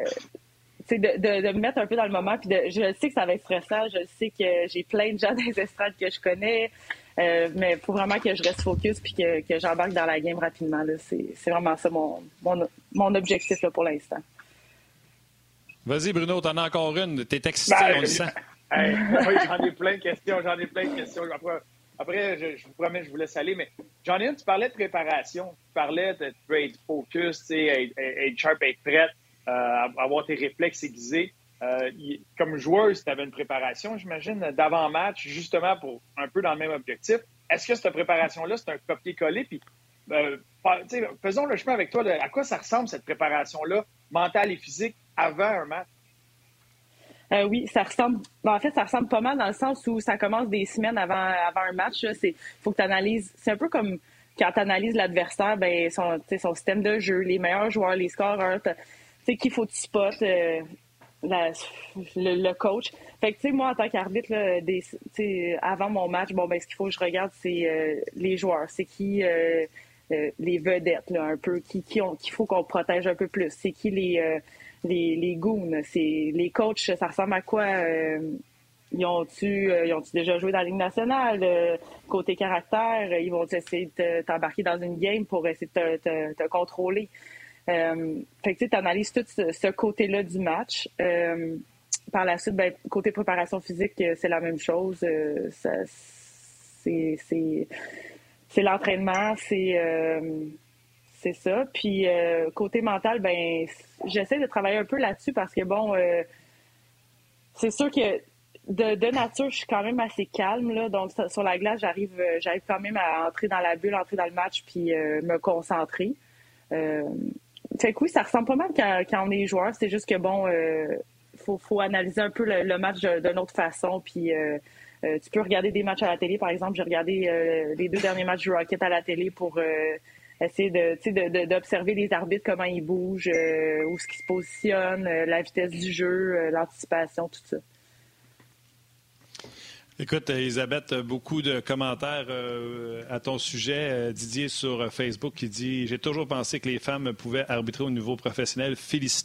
de me mettre un peu dans le moment. Puis je sais que ça va être stressant. Je sais que j'ai plein de gens dans les estrades que je connais. Mais il faut vraiment que je reste focus puis que j'embarque dans la game rapidement. Là. C'est vraiment ça mon objectif là, pour l'instant. Vas-y, Bruno, t'en as encore une. T'es excité, on le sent. Oui, j'en ai plein de questions. Après, je vous promets, je vous laisse aller. Mais j'en ai une, tu parlais de préparation. Tu parlais de être focus, être sharp, être prête, avoir tes réflexes aiguisés. Comme joueuse, tu avais une préparation, j'imagine, d'avant-match, justement pour un peu dans le même objectif. Est-ce que cette préparation-là, c'est un copier-coller? Puis, faisons le chemin avec toi. À quoi ça ressemble, cette préparation-là, mentale et physique, avant un match? Oui, ça ressemble. En fait, ça ressemble pas mal dans le sens où ça commence des semaines avant un match. Il faut que tu analyses. C'est un peu comme quand tu analyses l'adversaire, son système de jeu, les meilleurs joueurs, les scoreurs. Tu sais qu'il faut que tu spots le coach. Fait que, moi, en tant qu'arbitre, là, avant mon match, ce qu'il faut que je regarde, c'est les joueurs. C'est qui les vedettes, là, un peu, qu'il faut qu'on protège un peu plus. C'est qui les goons, c'est les coachs, ça ressemble à quoi? Ils ont-tu déjà joué dans la Ligue nationale? Côté caractère, ils vont essayer de t'embarquer dans une game pour essayer de te contrôler. Fait que tu analyses tout ce côté-là du match. Par la suite, côté préparation physique, c'est la même chose. C'est l'entraînement, c'est ça. Puis côté mental, j'essaie de travailler un peu là-dessus parce que c'est sûr que de nature, je suis quand même assez calme là. Donc sur la glace, j'arrive quand même à entrer dans la bulle, entrer dans le match, puis me concentrer. Fait que oui, ça ressemble pas mal quand on est joueur. C'est juste que faut analyser un peu le match d'une autre façon. Puis tu peux regarder des matchs à la télé, par exemple. J'ai regardé les 2 derniers matchs du Rocket à la télé pour essayer d'observer les arbitres, comment ils bougent, où est-ce qu'ils se positionnent, la vitesse du jeu, l'anticipation, tout ça. Écoute, Elisabeth, beaucoup de commentaires à ton sujet. Didier sur Facebook qui dit « J'ai toujours pensé que les femmes pouvaient arbitrer au niveau professionnel. Félicitations. »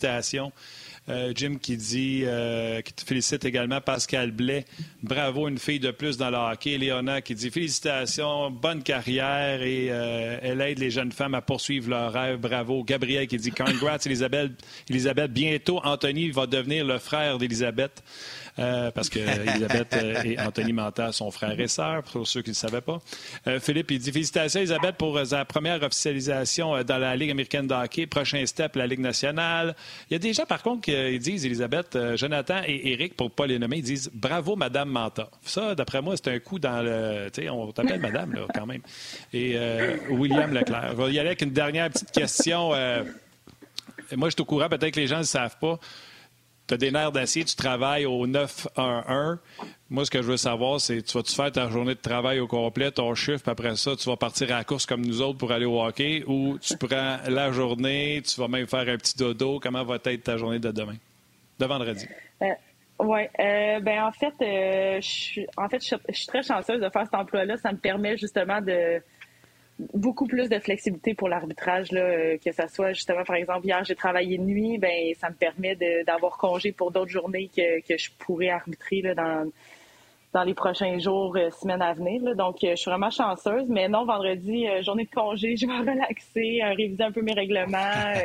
Jim qui dit, qui te félicite également, Pascal Blais, bravo, une fille de plus dans le hockey. Léona qui dit félicitations, bonne carrière et elle aide les jeunes femmes à poursuivre leurs rêves, bravo. Gabriel qui dit congrats Elisabeth, bientôt Anthony va devenir le frère d'Elisabeth. Parce que Elisabeth et Anthony Manta sont frères et sœurs, pour ceux qui ne le savaient pas. Philippe, il dit félicitations Elisabeth pour sa première officialisation dans la Ligue américaine de hockey. Prochain step, la Ligue nationale. Il y a des gens, par contre, qui disent, Elisabeth, Jonathan et Éric, pour ne pas les nommer, ils disent bravo, Madame Manta. Ça, d'après moi, c'est un coup dans le. Tu sais, on t'appelle Madame, là, quand même. Et William Leclerc. Je vais y aller avec une dernière petite question. Moi, je suis au courant, peut-être que les gens ne le savent pas. Tu as des nerfs d'acier, tu travailles au 9-1-1. Moi, ce que je veux savoir, c'est tu vas-tu faire ta journée de travail au complet, ton chiffre, puis après ça, tu vas partir à la course comme nous autres pour aller au hockey, ou tu prends la journée, tu vas même faire un petit dodo. Comment va être ta journée de demain, de vendredi? Oui. En fait, je suis très chanceuse de faire cet emploi-là. Ça me permet justement de beaucoup plus de flexibilité pour l'arbitrage, là, que ça soit justement, par exemple, hier, j'ai travaillé de nuit, ça me permet d'avoir congé pour d'autres journées que je pourrais arbitrer là, dans les prochains jours, semaines à venir. Là. Donc, je suis vraiment chanceuse. Mais non, vendredi, journée de congé, je vais relaxer, réviser un peu mes règlements,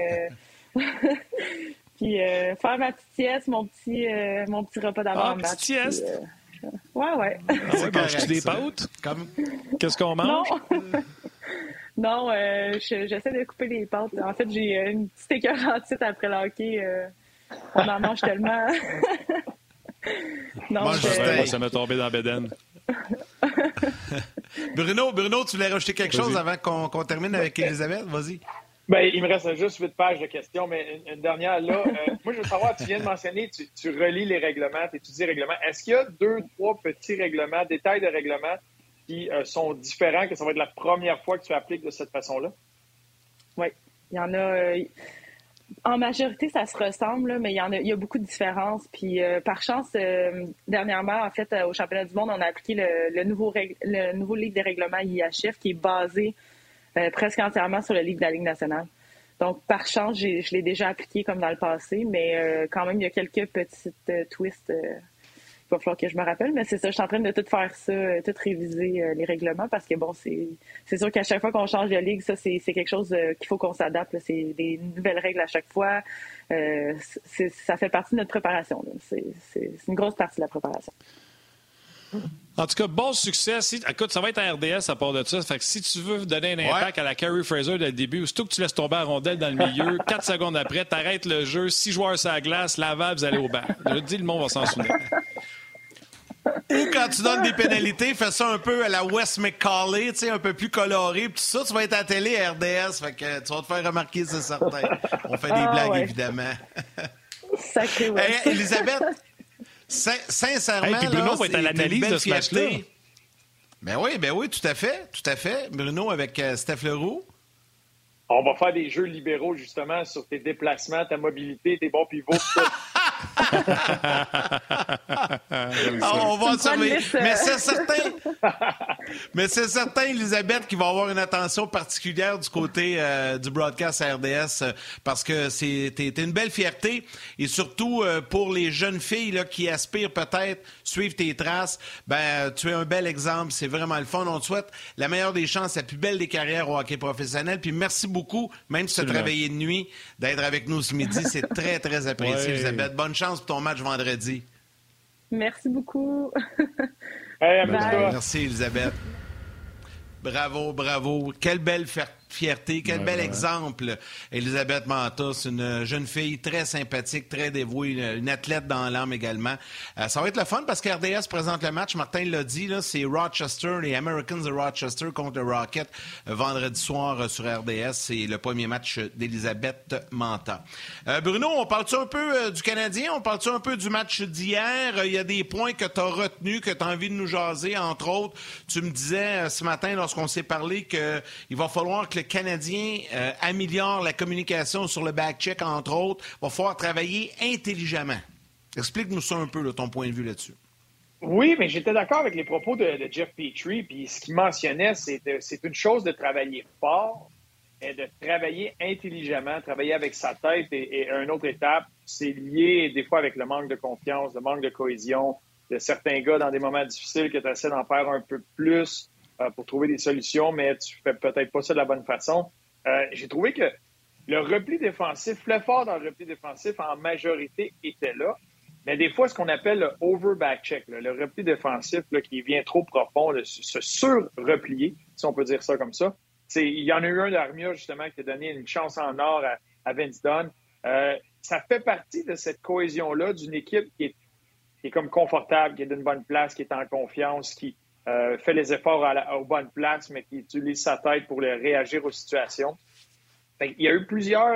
puis faire ma petite sieste, mon petit repas d'avant-match. Petite sieste? Ouais. Manges-tu des pâtes? Qu'est-ce qu'on mange? Non, j'essaie de couper les pâtes. En fait, j'ai une petite écœurantite après le hockey. On en mange tellement. Non, ça m'est tombé dans la bédaine. Bruno, tu voulais rajouter quelque chose avant qu'on termine avec Elisabeth? Vas-y. Ben, il me reste juste 8 pages de questions, mais une dernière là. Moi, je veux savoir, tu viens de mentionner, tu relis les règlements, tu étudies les règlements. Est-ce qu'il y a 2-3 petits règlements, détails de règlements qui sont différents, que ça va être la première fois que tu appliques de cette façon-là? Oui, il y en a. En majorité, ça se ressemble, là, mais il y a beaucoup de différences. Puis, par chance, dernièrement, en fait, au championnat du monde, on a appliqué le nouveau livre des règlements IHF qui est basé presque entièrement sur le livre de la Ligue nationale. Donc, par chance, je l'ai déjà appliqué comme dans le passé, mais quand même, il y a quelques petites twists. Il va falloir que je me rappelle, mais c'est ça, je suis en train de tout faire ça, tout réviser les règlements parce que, bon, c'est sûr qu'à chaque fois qu'on change de ligue, ça, c'est quelque chose qu'il faut qu'on s'adapte. Là. C'est des nouvelles règles à chaque fois. Ça fait partie de notre préparation. Là. C'est une grosse partie de la préparation. En tout cas, bon succès. Écoute, ça va être à RDS à part de ça. Fait que si tu veux donner un impact à la Carrie Fraser dès le début, aussitôt que tu laisses tomber la rondelle dans le milieu, 4 secondes après, t'arrêtes le jeu, 6 joueurs sur la glace, Laval, vous allez au banc. Je te dis, le monde va s'en souvenir. Ou quand tu donnes des pénalités, fais ça un peu à la Wes McCauley, tu sais, un peu plus coloré. Puis tout ça, tu vas être à la télé à RDS. Fait que tu vas te faire remarquer, c'est certain. On fait des blagues, évidemment. Sacré, ouais. Hey, Elisabeth, sincèrement, puis Bruno va être à l'analyse de ce match-là. Ben oui, tout à fait. Bruno avec Steph Leroux. On va faire des jeux libéraux, justement, sur tes déplacements, ta mobilité, tes bons pivots. On va surveiller. Mais c'est certain, Elisabeth, qu'il va avoir une attention particulière du côté du broadcast à RDS parce que t'es une belle fierté et surtout pour les jeunes filles là, qui aspirent peut-être suivre tes traces, ben tu es un bel exemple. C'est vraiment le fun. On te souhaite la meilleure des chances, la plus belle des carrières au hockey professionnel. Puis merci beaucoup, même si tu as travaillé de nuit, d'être avec nous ce midi. C'est très, très apprécié, Elisabeth. Bonne chance pour ton match vendredi. Merci beaucoup. Hey, merci, Elisabeth. Bravo. Quelle belle fierté, quel bel exemple. Elisabeth Mantas, une jeune fille très sympathique, très dévouée, une athlète dans l'âme également. Ça va être le fun parce qu'RDS présente le match. Martin l'a dit, là, c'est Rochester, les Americans de Rochester contre le Rocket vendredi soir sur RDS. C'est le premier match d'Elisabeth Manta. Bruno, on parle-tu un peu du Canadien? On parle-tu un peu du match d'hier? Il y a des points que tu as retenus, que tu as envie de nous jaser, entre autres. Tu me disais ce matin, lorsqu'on s'est parlé, qu'il va falloir que le Canadien améliore la communication sur le back-check, entre autres. Il va falloir travailler intelligemment. Explique-nous ça un peu, là, ton point de vue là-dessus. Oui, mais j'étais d'accord avec les propos de Jeff Petrie. Puis ce qu'il mentionnait, c'est une chose de travailler fort et de travailler intelligemment, travailler avec sa tête. Et une autre étape, c'est lié des fois avec le manque de confiance, le manque de cohésion de certains gars dans des moments difficiles que tu essaies d'en faire un peu plus pour trouver des solutions, mais tu fais peut-être pas ça de la bonne façon. J'ai trouvé que le repli défensif, l'effort dans le repli défensif, en majorité, était là. Mais des fois, ce qu'on appelle le over-back-check, le repli défensif là, qui vient trop profond, se sur-replier, si on peut dire ça comme ça. Il y en a eu un d'Armia, justement, qui a donné une chance en or à Vince Dunn. Ça fait partie de cette cohésion-là d'une équipe qui est comme confortable, qui est d'une bonne place, qui est en confiance, qui fait les efforts aux bonnes places, mais qui utilise sa tête pour réagir aux situations. Il y a eu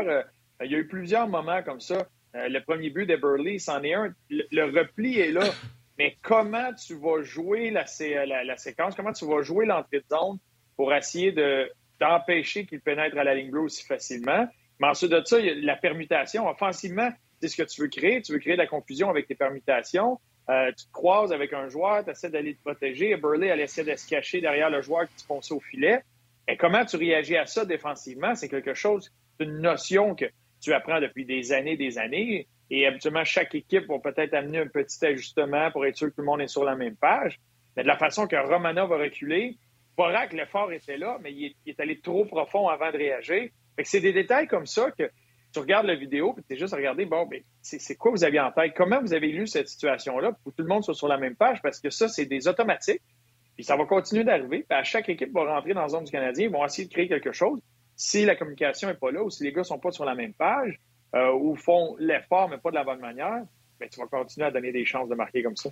plusieurs moments comme ça. Le premier but de Burley, c'en est un. Le repli est là. Mais comment tu vas jouer la séquence? Comment tu vas jouer l'entrée de zone pour essayer d'empêcher qu'il pénètre à la ligne bleue aussi facilement? Mais ensuite de ça, il y a la permutation. Offensivement, c'est ce que tu veux créer. Tu veux créer de la confusion avec tes permutations. Tu te croises avec un joueur, tu essaies d'aller te protéger. Burley, elle essaie de se cacher derrière le joueur qui se fonce au filet. Et comment tu réagis à ça défensivement? C'est quelque chose, c'est une notion que tu apprends depuis des années. Et habituellement, chaque équipe va peut-être amener un petit ajustement pour être sûr que tout le monde est sur la même page. Mais de la façon que Romanov va reculer, Vorak, l'effort était là, mais il est allé trop profond avant de réagir. Fait que c'est des détails comme ça que tu regardes la vidéo et tu es juste à regarder, bon, ben, c'est quoi vous aviez en tête? Comment vous avez lu cette situation-là pour que tout le monde soit sur la même page? Parce que ça, c'est des automatiques. Puis ça va continuer d'arriver. Puis à chaque équipe va rentrer dans la zone du Canadien. Ils vont essayer de créer quelque chose. Si la communication n'est pas là ou si les gars ne sont pas sur la même page, ou font l'effort, mais pas de la bonne manière, bien, tu vas continuer à donner des chances de marquer comme ça.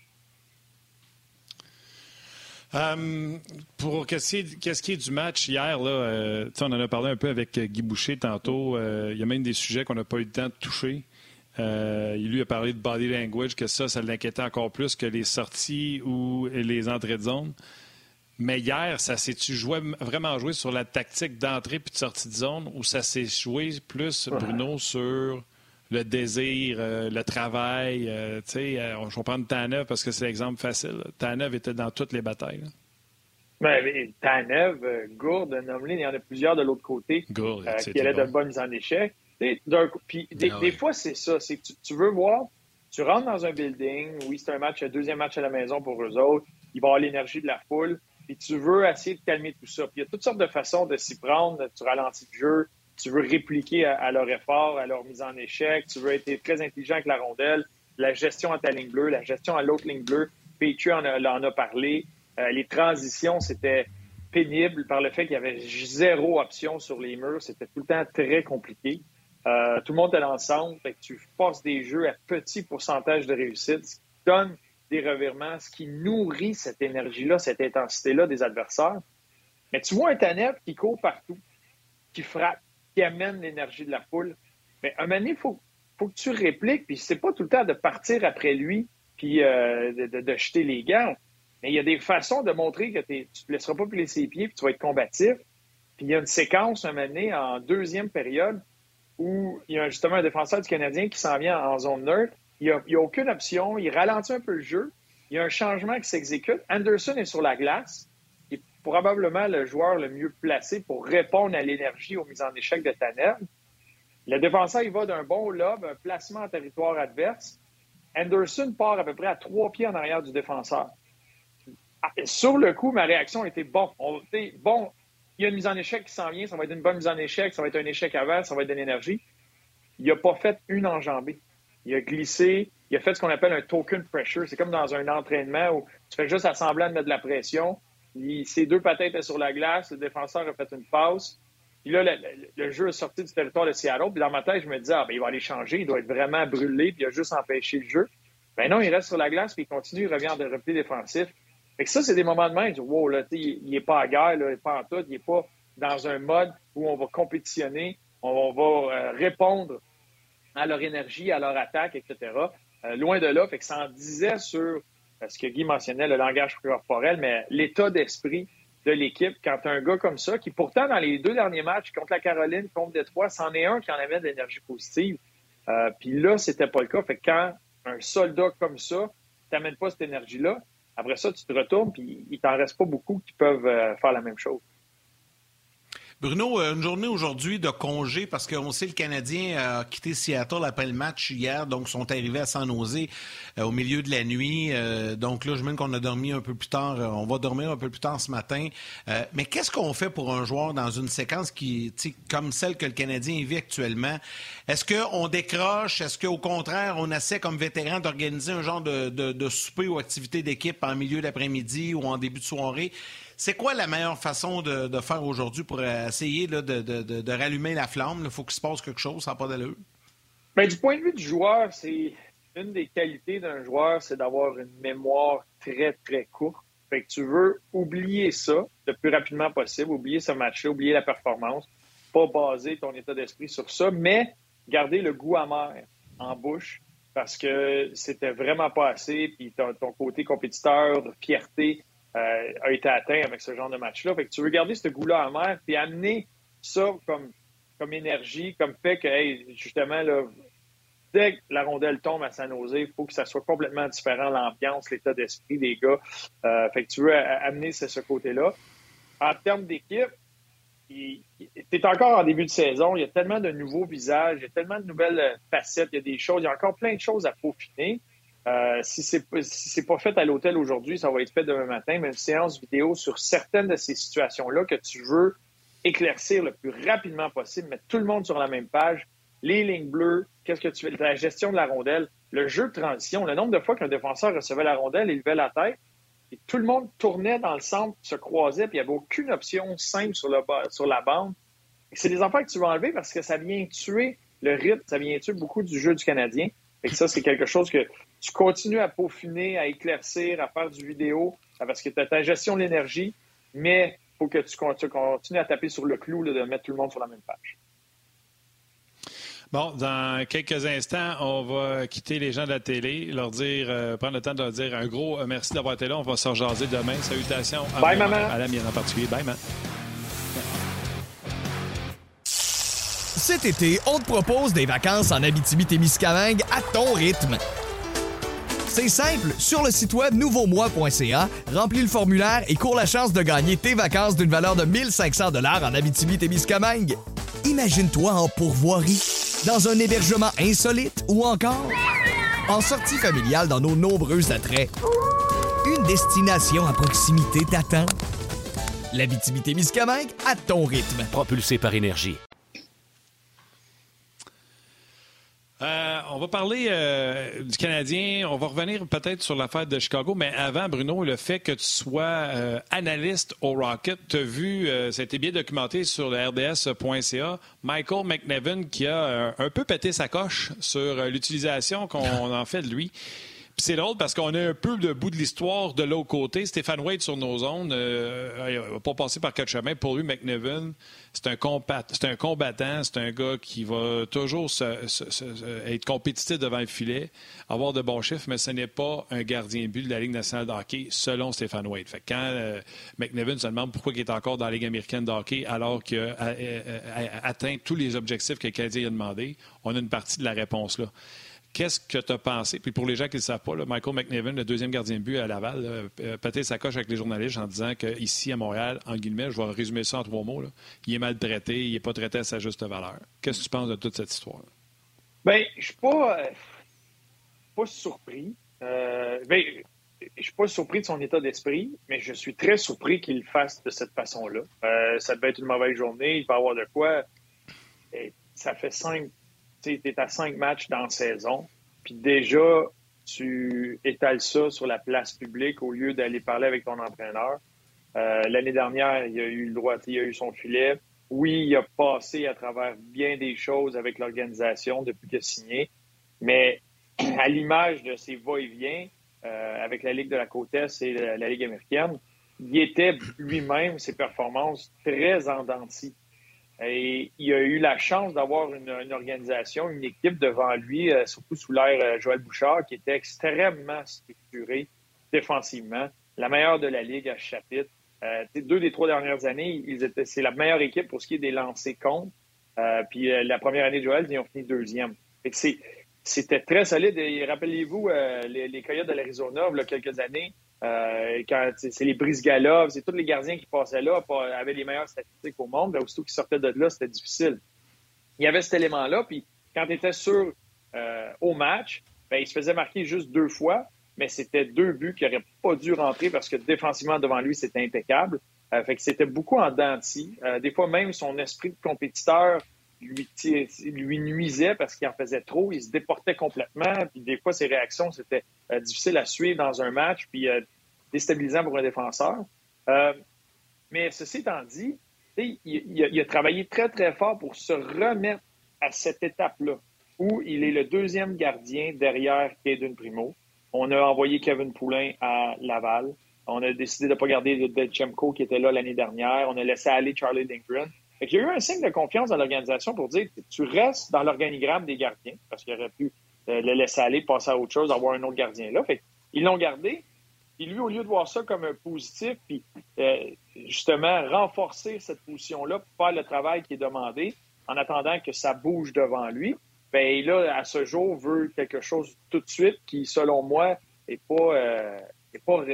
Pour qu'est-ce qui est du match hier, là, on en a parlé un peu avec Guy Boucher tantôt. Il y a même des sujets qu'on n'a pas eu le temps de toucher. Il lui a parlé de body language, que ça l'inquiétait encore plus que les sorties ou les entrées de zone. Mais hier, ça s'est-tu vraiment joué sur la tactique d'entrée puis de sortie de zone ou ça s'est joué plus, Bruno, sur le désir, le travail? Je vais prendre Tanev parce que c'est l'exemple facile. Tanev était dans toutes les batailles. Mais Tanev, Gourde, Nomlin, il y en a plusieurs de l'autre côté qui allaient de bonnes mises en échec. Puis des fois, c'est ça. C'est que tu veux voir, tu rentres dans un building, oui, c'est un deuxième match à la maison pour eux autres, il va y avoir l'énergie de la foule, puis tu veux essayer de calmer tout ça. Puis il y a toutes sortes de façons de s'y prendre. Tu ralentis le jeu, tu veux répliquer à leur effort, à leur mise en échec, tu veux être très intelligent avec la rondelle, la gestion à ta ligne bleue, la gestion à l'autre ligne bleue. Petrie en a parlé. Les transitions, c'était pénible par le fait qu'il y avait zéro option sur les murs. C'était tout le temps très compliqué. Tout le monde est ensemble, fait que tu forces des jeux à petit pourcentage de réussite, ce qui donne des revirements, ce qui nourrit cette énergie-là, cette intensité-là des adversaires. Mais tu vois un Tanev qui court partout, qui frappe, qui amène l'énergie de la foule. Mais à un moment donné, il faut que tu répliques, puis c'est pas tout le temps de partir après lui, puis de jeter les gants. Mais il y a des façons de montrer que tu te laisseras pas placer les pieds, puis tu vas être combatif. Puis il y a une séquence, un moment donné, en deuxième période, où il y a justement un défenseur du Canadien qui s'en vient en zone neutre. Il n'y a aucune option. Il ralentit un peu le jeu. Il y a un changement qui s'exécute. Anderson est sur la glace. Il est probablement le joueur le mieux placé pour répondre à l'énergie aux mises en échec de Tanev. Le défenseur, il va d'un bon lob, un placement en territoire adverse. Anderson part à peu près à 3 pieds en arrière du défenseur. Sur le coup, ma réaction était bon. Il y a une mise en échec qui s'en vient, ça va être une bonne mise en échec, ça va être un échec avant, ça va être de l'énergie. Il n'a pas fait une enjambée. Il a glissé, il a fait ce qu'on appelle un token pressure. C'est comme dans un entraînement où tu fais juste semblant de mettre de la pression. Ses deux patins étaient sur la glace, le défenseur a fait une passe. Puis là, le jeu est sorti du territoire de Seattle. Puis dans ma tête, je me disais, il va aller changer, il doit être vraiment brûlé, puis il a juste empêché le jeu. Ben non, il reste sur la glace, puis il continue, il revient en repli défensif. Fait que ça, c'est des moments de main, wow, là, il n'est pas à guerre, là, il n'est pas en tout, il n'est pas dans un mode où on va compétitionner, on va répondre à leur énergie, à leur attaque, etc. Loin de là, fait que ça en disait sur ce que Guy mentionnait, le langage corporel, mais l'état d'esprit de l'équipe quand un gars comme ça, qui pourtant, dans les 2 derniers matchs, contre la Caroline, contre Détroit, c'en est un qui en avait de l'énergie positive. Puis là, c'était pas le cas. Fait que quand un soldat comme ça t'amène pas cette énergie-là, après ça, tu te retournes, puis il t'en reste pas beaucoup qui peuvent faire la même chose. Bruno, une journée aujourd'hui de congé parce qu'on sait le Canadien a quitté Seattle après le match hier, donc sont arrivés à San Jose au milieu de la nuit. Donc là, je mène qu'on a dormi un peu plus tard. On va dormir un peu plus tard ce matin. Mais qu'est-ce qu'on fait pour un joueur dans une séquence qui, comme celle que le Canadien vit actuellement? Est-ce qu'on décroche? Est-ce qu'au contraire, on essaie comme vétéran d'organiser un genre de souper ou activité d'équipe en milieu d'après-midi ou en début de soirée? C'est quoi la meilleure façon de faire aujourd'hui pour essayer là, de rallumer la flamme? Il faut qu'il se passe quelque chose, ça n'a pas d'allure. Bien, du point de vue du joueur, c'est une des qualités d'un joueur, c'est d'avoir une mémoire très, très courte. Fait que tu veux oublier ça le plus rapidement possible, oublier ce match-là, oublier la performance, pas baser ton état d'esprit sur ça, mais garder le goût amer en bouche parce que c'était vraiment pas assez, puis ton côté compétiteur, de fierté, a été atteint avec ce genre de match-là. Fait que tu veux garder ce goût-là amer puis amener ça comme énergie, comme fait que, justement, là, dès que la rondelle tombe à San Jose, il faut que ça soit complètement différent, l'ambiance, l'état d'esprit des gars. Fait que tu veux amener ce côté-là. En termes d'équipe, tu es encore en début de saison, il y a tellement de nouveaux visages, il y a tellement de nouvelles facettes, il y a des choses, il y a encore plein de choses à peaufiner. Si c'est pas fait à l'hôtel aujourd'hui, ça va être fait demain matin, mais une séance vidéo sur certaines de ces situations-là que tu veux éclaircir le plus rapidement possible, mettre tout le monde sur la même page, les lignes bleues, qu'est-ce que tu fais, la gestion de la rondelle, le jeu de transition, le nombre de fois qu'un défenseur recevait la rondelle, il levait la tête, et tout le monde tournait dans le centre, se croisait, puis il n'y avait aucune option simple sur la bande. Et c'est des affaires que tu veux enlever parce que ça vient tuer le rythme, ça vient-tu beaucoup du jeu du Canadien? Fait que ça, c'est quelque chose que tu continues à peaufiner, à éclaircir, à faire du vidéo, parce que tu as ta gestion de l'énergie, mais il faut que tu continues à taper sur le clou là, de mettre tout le monde sur la même page. Bon, dans quelques instants, on va quitter les gens de la télé, leur dire, prendre le temps de leur dire un gros merci d'avoir été là. On va se rejaser demain. Salutations à Bye, maman. À la mienne en particulier. Bye, man. Cet été, on te propose des vacances en Abitibi-Témiscamingue à ton rythme. C'est simple, sur le site web nouveaumois.ca, remplis le formulaire et cours la chance de gagner tes vacances d'une valeur de 1 500 $ en Abitibi-Témiscamingue. Imagine-toi en pourvoirie, dans un hébergement insolite ou encore en sortie familiale dans nos nombreux attraits. Une destination à proximité t'attend. L'Abitibi-Témiscamingue à ton rythme. Propulsé par Énergie. On va parler du Canadien. On va revenir peut-être sur l'affaire de Chicago, mais avant, Bruno, le fait que tu sois analyste au Rocket, tu as vu, ça a été bien documenté sur le RDS.ca, Michael McNevin qui a un peu pété sa coche sur l'utilisation qu'on en fait de lui. Puis c'est drôle parce qu'on a un peu le bout de l'histoire de l'autre côté. Stéphane Wade sur nos zones, il va pas passer par quatre chemins. Pour lui, McNevin, c'est un combattant, c'est un gars qui va toujours être compétitif devant le filet, avoir de bons chiffres, mais ce n'est pas un gardien de but de la Ligue nationale de hockey, selon Stéphane Wade. Fait que quand McNevin se demande pourquoi il est encore dans la Ligue américaine de hockey alors qu'il a atteint tous les objectifs que le Canadien a demandé, on a une partie de la réponse là. Qu'est-ce que tu as pensé? Puis pour les gens qui ne le savent pas, là, Michael McNevin, le deuxième gardien de but à Laval, pété sa coche avec les journalistes en disant qu'ici, à Montréal, en guillemets, je vais résumer ça en 3 mots, là, il est maltraité, il n'est pas traité à sa juste valeur. Qu'est-ce que tu penses de toute cette histoire? Bien, je ne suis pas surpris. Je suis pas surpris de son état d'esprit, mais je suis très surpris qu'il le fasse de cette façon-là. Ça devait être une mauvaise journée, il va avoir de quoi. Et ça fait 5... Tu es à 5 matchs dans la saison, puis déjà, tu étales ça sur la place publique au lieu d'aller parler avec ton entraîneur. L'année dernière, il a eu le droit, il a eu son filet. Oui, il a passé à travers bien des choses avec l'organisation depuis qu'il a signé, mais à l'image de ses va-et-vient avec la Ligue de la Côte-Est et la Ligue américaine, il était lui-même, ses performances, très en dents de scie. Et il a eu la chance d'avoir une organisation, une équipe devant lui, surtout sous l'ère Joël Bouchard, qui était extrêmement structurée défensivement, la meilleure de la Ligue à ce chapitre. 2 des 3 dernières années, c'est la meilleure équipe pour ce qui est des lancers contre. Puis la première année de Joël, ils ont fini 2e. Fait que c'était très solide. Et rappelez-vous, les Coyotes de l'Arizona, il y a quelques années, quand c'est les Brisgalov, c'est tous les gardiens qui passaient là, avaient les meilleures statistiques au monde. Aussitôt qu'ils sortaient de là, c'était difficile. Il y avait cet élément-là, puis quand il était sûr au match, ben, il se faisait marquer juste 2 fois, mais c'était 2 buts qui n'auraient pas dû rentrer parce que défensivement devant lui, c'était impeccable. Fait que c'était beaucoup en dents de scie. Des fois, même son esprit de compétiteur lui nuisait parce qu'il en faisait trop. Il se déportait complètement. Puis des fois, ses réactions, c'était difficile à suivre dans un match, puis déstabilisant pour un défenseur. Mais ceci étant dit, il a travaillé très, très fort pour se remettre à cette étape-là où il est le 2e gardien derrière Caden Primo. On a envoyé Kevin Poulin à Laval. On a décidé de ne pas garder Demko qui était là l'année dernière. On a laissé aller Charlie Lindgren. Il y a eu un signe de confiance dans l'organisation pour dire que tu restes dans l'organigramme des gardiens, parce qu'il aurait pu le laisser aller, passer à autre chose, avoir un autre gardien là. Fait ils l'ont gardé. Et lui, au lieu de voir ça comme un positif, puis justement renforcer cette position-là pour faire le travail qui est demandé, en attendant que ça bouge devant lui, bien là, à ce jour, veut quelque chose tout de suite qui, selon moi, n'est pas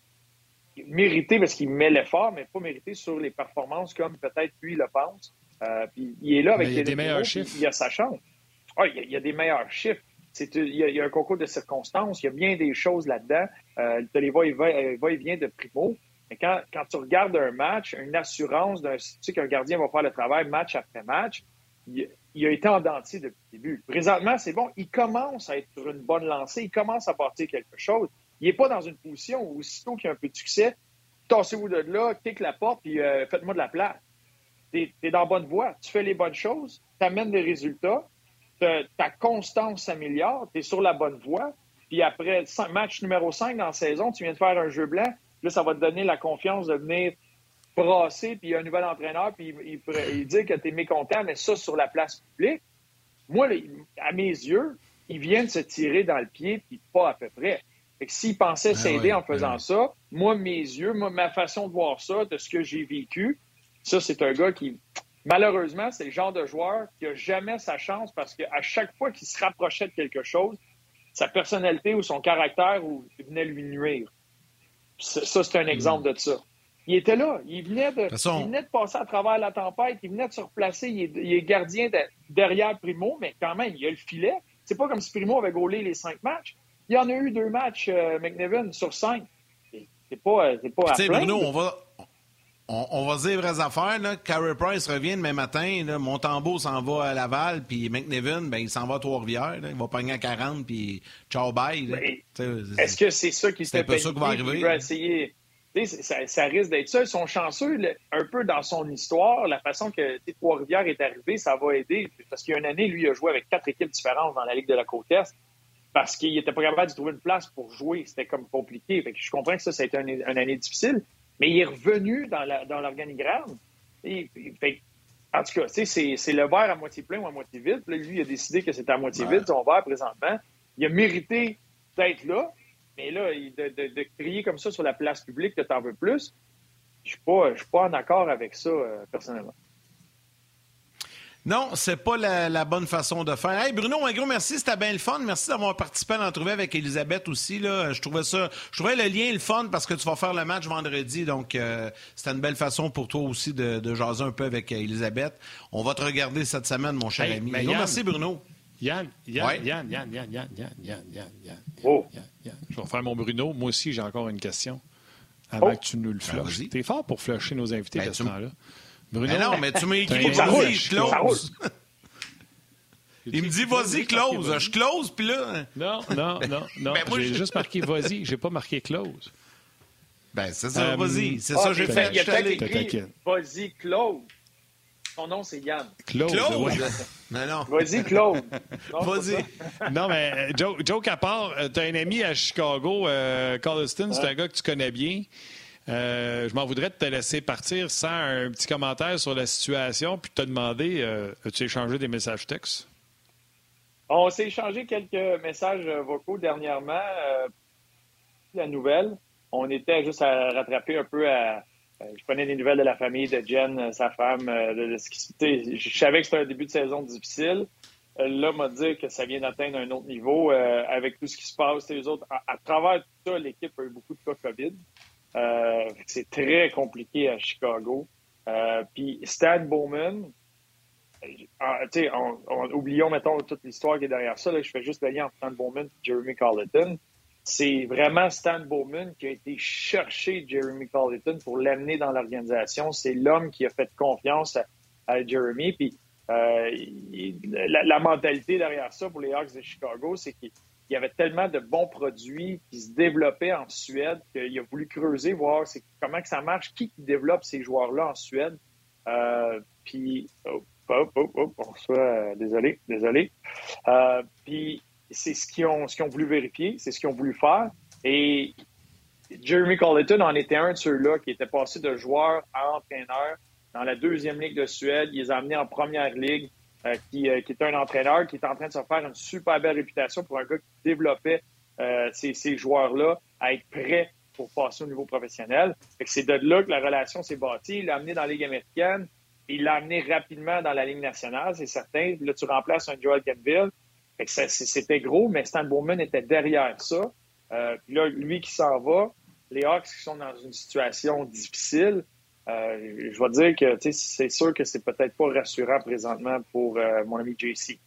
mérité parce qu'il met l'effort, mais pas mérité sur les performances comme peut-être lui le pense. Puis il est là avec des meilleurs chiffres. Il a sa chance. Il y a des meilleurs chiffres. Il y a un concours de circonstances. Il y a bien des choses là-dedans. Tu les va-et-vient de Primo. Mais quand tu regardes un match, une assurance tu sais qu'un gardien va faire le travail match après match, il a été en dents de scie depuis le début. Présentement, c'est bon. Il commence à être sur une bonne lancée. Il commence à bâtir quelque chose. Il n'est pas dans une position où, aussitôt qu'il y a un peu de succès, tassez-vous de là, kick la porte, puis faites-moi de la place. Tu es dans la bonne voie. Tu fais les bonnes choses, tu amènes des résultats, ta constance s'améliore, tu es sur la bonne voie. Puis après match numéro 5 dans la saison, tu viens de faire un jeu blanc. Là, ça va te donner la confiance de venir brasser, puis il y a un nouvel entraîneur, puis il dit que tu es mécontent, mais ça, sur la place publique, moi, à mes yeux, il vient de se tirer dans le pied, puis pas à peu près. Fait que s'il pensait s'aider en faisant ça, moi, mes yeux, ma façon de voir ça, de ce que j'ai vécu, ça, c'est un gars qui, malheureusement, c'est le genre de joueur qui n'a jamais sa chance parce qu'à chaque fois qu'il se rapprochait de quelque chose, sa personnalité ou son caractère venait lui nuire. Ça, c'est un exemple de ça. Il était là. Il venait de passer à travers la tempête. Il venait de se replacer. Il est gardien derrière Primo, mais quand même, il a le filet. C'est pas comme si Primo avait gaulé les 5 matchs. Il y en a eu 2 matchs, McNiven, sur 5. C'est pas à plaindre. Bruno, on va se dire les vraies affaires. Là. Carey Price revient demain matin. Là. Montembeault s'en va à Laval. Puis McNiven, il s'en va à Trois-Rivières. Là. Il va pogner à 40. Puis ciao, bye. Est-ce que c'est ça qui s'est fait? C'est un peu ça qui va arriver. Il va essayer... Ça risque d'être ça. Ils sont chanceux, un peu dans son histoire. La façon que Trois-Rivières est arrivé, ça va aider. Parce qu'il y a une année, lui, il a joué avec 4 équipes différentes dans la Ligue de la Côte-Est parce qu'il n'était pas capable de trouver une place pour jouer. C'était comme compliqué. Fait que je comprends que ça a été une année difficile, mais il est revenu dans l'organigramme. En tout cas, c'est le verre à moitié plein ou à moitié vide. Puis là, lui, il a décidé que c'était à moitié vide, son verre, présentement. Il a mérité d'être là. Mais là, de crier comme ça sur la place publique que t'en veux plus, je suis pas en accord avec ça, personnellement. Non, c'est pas la bonne façon de faire. Hey Bruno, un gros merci, c'était bien le fun. Merci d'avoir participé à l'entrevue avec Elisabeth aussi. Là. Je trouvais le lien le fun parce que tu vas faire le match vendredi, donc c'était une belle façon pour toi aussi de jaser un peu avec Elisabeth. On va te regarder cette semaine, mon cher ami. Merci Bruno. Yann. Oh. Je vais faire mon Bruno. Moi aussi, j'ai encore une question avant que tu nous le flushes. T'es fort pour flusher nos invités à ce temps-là. Bruno, mais non, mais tu m'as écrit, vas-y, close. Il me dit, vas-y, close. Je close, puis là... Non. J'ai juste marqué vas-y. J'ai pas marqué close. Ben, c'est ça, vas-y. C'est ça que j'ai fait. Il y a peut-être écrit, vas-y, close. Son nom, c'est Yann. Claude. Ouais. Non. Vas-y, Claude. Vas-y. Non, mais joke à part, tu as un ami à Chicago, Colliston, c'est un gars que tu connais bien. Je m'en voudrais de te laisser partir sans un petit commentaire sur la situation puis te demander, as-tu échangé des messages textes? On s'est échangé quelques messages vocaux dernièrement. La nouvelle, on était juste à rattraper un peu je prenais des nouvelles de la famille de Jen, sa femme, de ce qui. Je savais que c'était un début de saison difficile. Là, m'a dit que ça vient d'atteindre un autre niveau avec tout ce qui se passe. Les autres, à travers tout ça, l'équipe a eu beaucoup de cas COVID. C'est très compliqué à Chicago. Puis Stan Bowman, oublions, mettons, toute l'histoire qui est derrière ça. Là, je fais juste le lien entre Stan Bowman et Jeremy Colliton. C'est vraiment Stan Bowman qui a été chercher Jeremy Colliton pour l'amener dans l'organisation. C'est l'homme qui a fait confiance à Jeremy. Puis la mentalité derrière ça pour les Hawks de Chicago, c'est qu'il y avait tellement de bons produits qui se développaient en Suède qu'il a voulu creuser, voir comment que ça marche, qui développe ces joueurs-là en Suède. Puis, désolé. Puis, c'est ce qu'ils ont voulu vérifier, c'est ce qu'ils ont voulu faire. Et Jeremy Colliton en était un de ceux-là qui était passé de joueur à entraîneur dans la 2e ligue de Suède. Il les a amenés en première ligue, qui était un entraîneur qui est en train de se faire une super belle réputation pour un gars qui développait ces joueurs-là à être prêts pour passer au niveau professionnel. Fait que c'est de là que la relation s'est bâtie. Il l'a amené dans la Ligue américaine. Il l'a amené rapidement dans la Ligue nationale, c'est certain. Là, tu remplaces un Joel Campbell. Fait que c'était gros, mais Stan Bowman était derrière ça. Puis là, lui qui s'en va, les Hawks qui sont dans une situation difficile, je vais dire que c'est sûr que c'est peut-être pas rassurant présentement pour mon ami JC.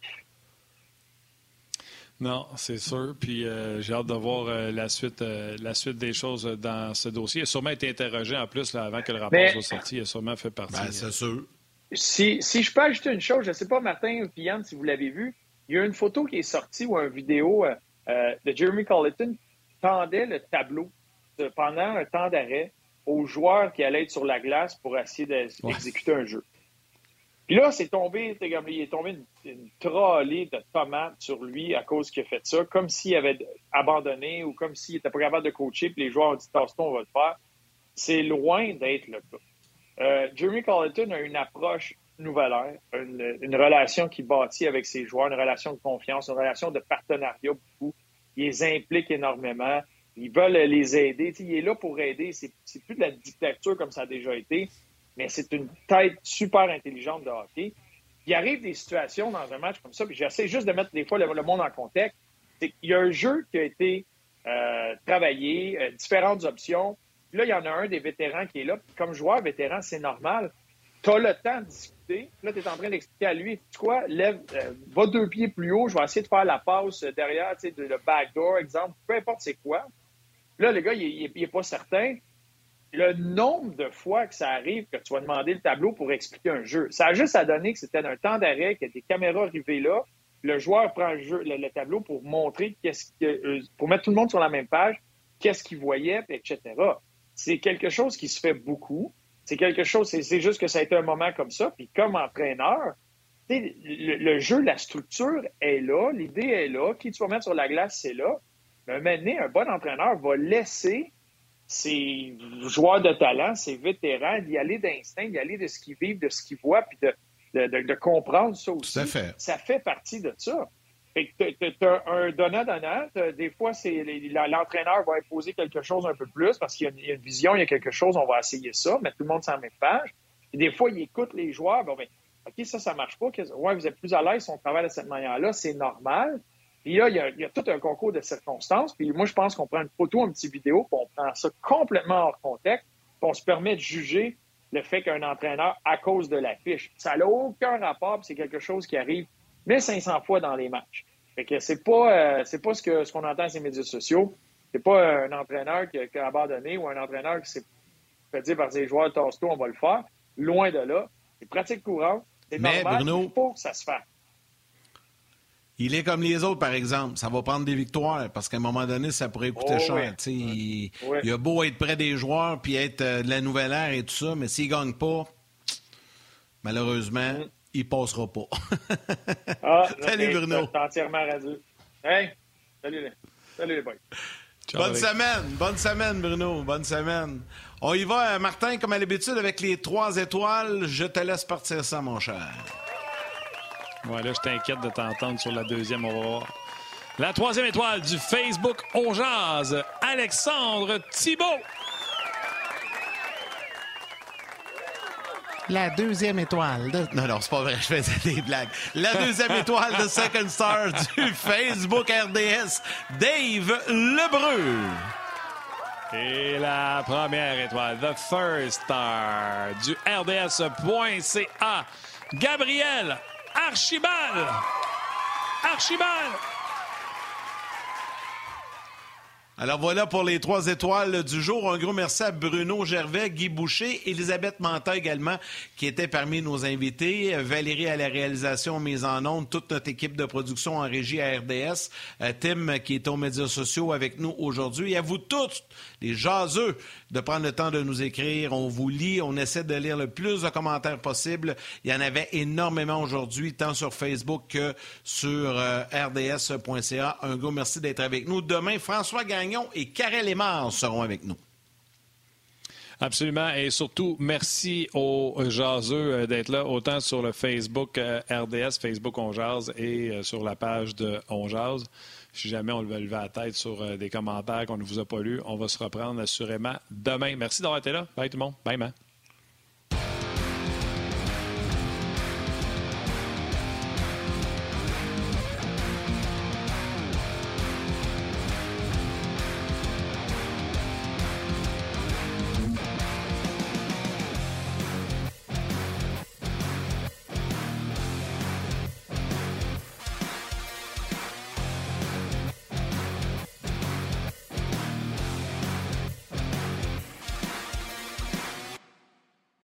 Non, c'est sûr. Puis j'ai hâte de voir la suite des choses dans ce dossier. Il a sûrement été interrogé en plus là, avant que le rapport soit sorti. Il a sûrement fait partie. Ben, c'est sûr. Si je peux ajouter une chose, je ne sais pas, Martin ou Yann, si vous l'avez vu, il y a une photo qui est sortie ou une vidéo de Jeremy Colliton qui tendait le tableau pendant un temps d'arrêt aux joueurs qui allaient être sur la glace pour essayer d'exécuter un jeu. Puis là, il est tombé une trollée de tomates sur lui à cause qu'il a fait ça, comme s'il avait abandonné ou comme s'il n'était pas capable de coacher, puis les joueurs ont dit « Tasse-toi, on va le faire ». C'est loin d'être le cas. Jeremy Colliton a une approche nouvelle ère, une relation qu'il bâtit avec ses joueurs, une relation de confiance, une relation de partenariat beaucoup. Il les implique énormément. Ils veulent les aider. Il est là pour aider. C'est plus de la dictature comme ça a déjà été, mais c'est une tête super intelligente de hockey. Il arrive des situations dans un match comme ça, puis j'essaie juste de mettre des fois le monde en contexte. Il y a un jeu qui a été travaillé, différentes options. Puis là, il y en a un des vétérans qui est là. Puis comme joueur vétéran, c'est normal. Tu as le temps de discuter. Là, tu es en train d'expliquer à lui, tu quoi, va 2 pieds plus haut, je vais essayer de faire la passe derrière, tu sais, le backdoor, exemple, peu importe c'est quoi. Là, le gars, il n'est pas certain. Le nombre de fois que ça arrive que tu vas demander le tableau pour expliquer un jeu, ça a juste à donner que c'était un temps d'arrêt, qu'il y a des caméras arrivées là, le joueur prend le tableau pour montrer pour mettre tout le monde sur la même page, qu'est-ce qu'il voyait, etc. C'est quelque chose qui se fait beaucoup. C'est quelque chose, c'est juste que ça a été un moment comme ça. Puis comme entraîneur, le jeu, la structure est là, l'idée est là, qui tu vas mettre sur la glace, c'est là. Mais maintenant, un bon entraîneur va laisser ses joueurs de talent, ses vétérans, d'y aller d'instinct, d'y aller de ce qu'ils vivent, de ce qu'ils voient, puis de comprendre ça aussi. Tout à fait. Ça fait partie de ça. Fait que t'as un donnant-donnant. Des fois, l'entraîneur va imposer quelque chose un peu plus parce qu'il y a une vision, il y a quelque chose, on va essayer ça, mettre tout le monde sur la même page. Et des fois, il écoute les joueurs. Bon, ben, OK, ça marche pas. Ouais, vous êtes plus à l'aise si on travaille de cette manière-là, c'est normal. Puis là, il y a tout un concours de circonstances. Puis moi, je pense qu'on prend une photo, une petite vidéo, puis on prend ça complètement hors contexte, puis on se permet de juger le fait qu'un entraîneur, à cause de la fiche, ça n'a aucun rapport, puis c'est quelque chose qui arrive 1500 fois dans les matchs. Fait que c'est pas ce qu'on entend sur les médias sociaux. C'est pas un entraîneur qui a abandonné ou un entraîneur qui s'est fait dire par ses joueurs, tasse-toi, on va le faire. Loin de là. C'est pratique courante. C'est normal. Bruno, il faut que ça se fasse. Il est comme les autres, par exemple. Ça va prendre des victoires parce qu'à un moment donné, ça pourrait coûter cher. Oui. Il a beau être près des joueurs puis être de la nouvelle ère et tout ça, mais s'il ne gagne pas, malheureusement, il ne passera pas. Salut, Bruno. T'es entièrement radieux. Hey, salut les boys. Ciao, bonne semaine, Bruno. Bonne semaine. On y va, Martin, comme à l'habitude, avec les 3 étoiles. Je te laisse partir ça, mon cher. Ouais, là, je t'inquiète de t'entendre sur la deuxième. On va voir. La 3e étoile du Facebook On Jase, Alexandre Thibault. La 2e étoile de... Non, c'est pas vrai, je faisais des blagues. La 2e étoile de Second Star du Facebook RDS, Dave Lebreu. Et la 1re étoile, The First Star du RDS.ca, Gabriel Archibald. Alors voilà pour les 3 étoiles du jour. Un gros merci à Bruno Gervais, Guy Boucher, Elisabeth Manta également, qui était parmi nos invités. Valérie à la réalisation, mise en onde, toute notre équipe de production en régie à RDS. Tim qui est aux médias sociaux avec nous aujourd'hui. Et à vous tous, les jaseux, de prendre le temps de nous écrire. On vous lit, on essaie de lire le plus de commentaires possible. Il y en avait énormément aujourd'hui, tant sur Facebook que sur rds.ca. Un gros merci d'être avec nous. Demain, François Gagnon et Karel Aymar seront avec nous. Absolument. Et surtout, merci aux jaseux d'être là, autant sur le Facebook RDS, Facebook On Jase, et sur la page de On Jase. Si jamais on veut lever la tête sur des commentaires qu'on ne vous a pas lus, on va se reprendre assurément demain. Merci d'avoir été là. Bye tout le monde. Bye, man.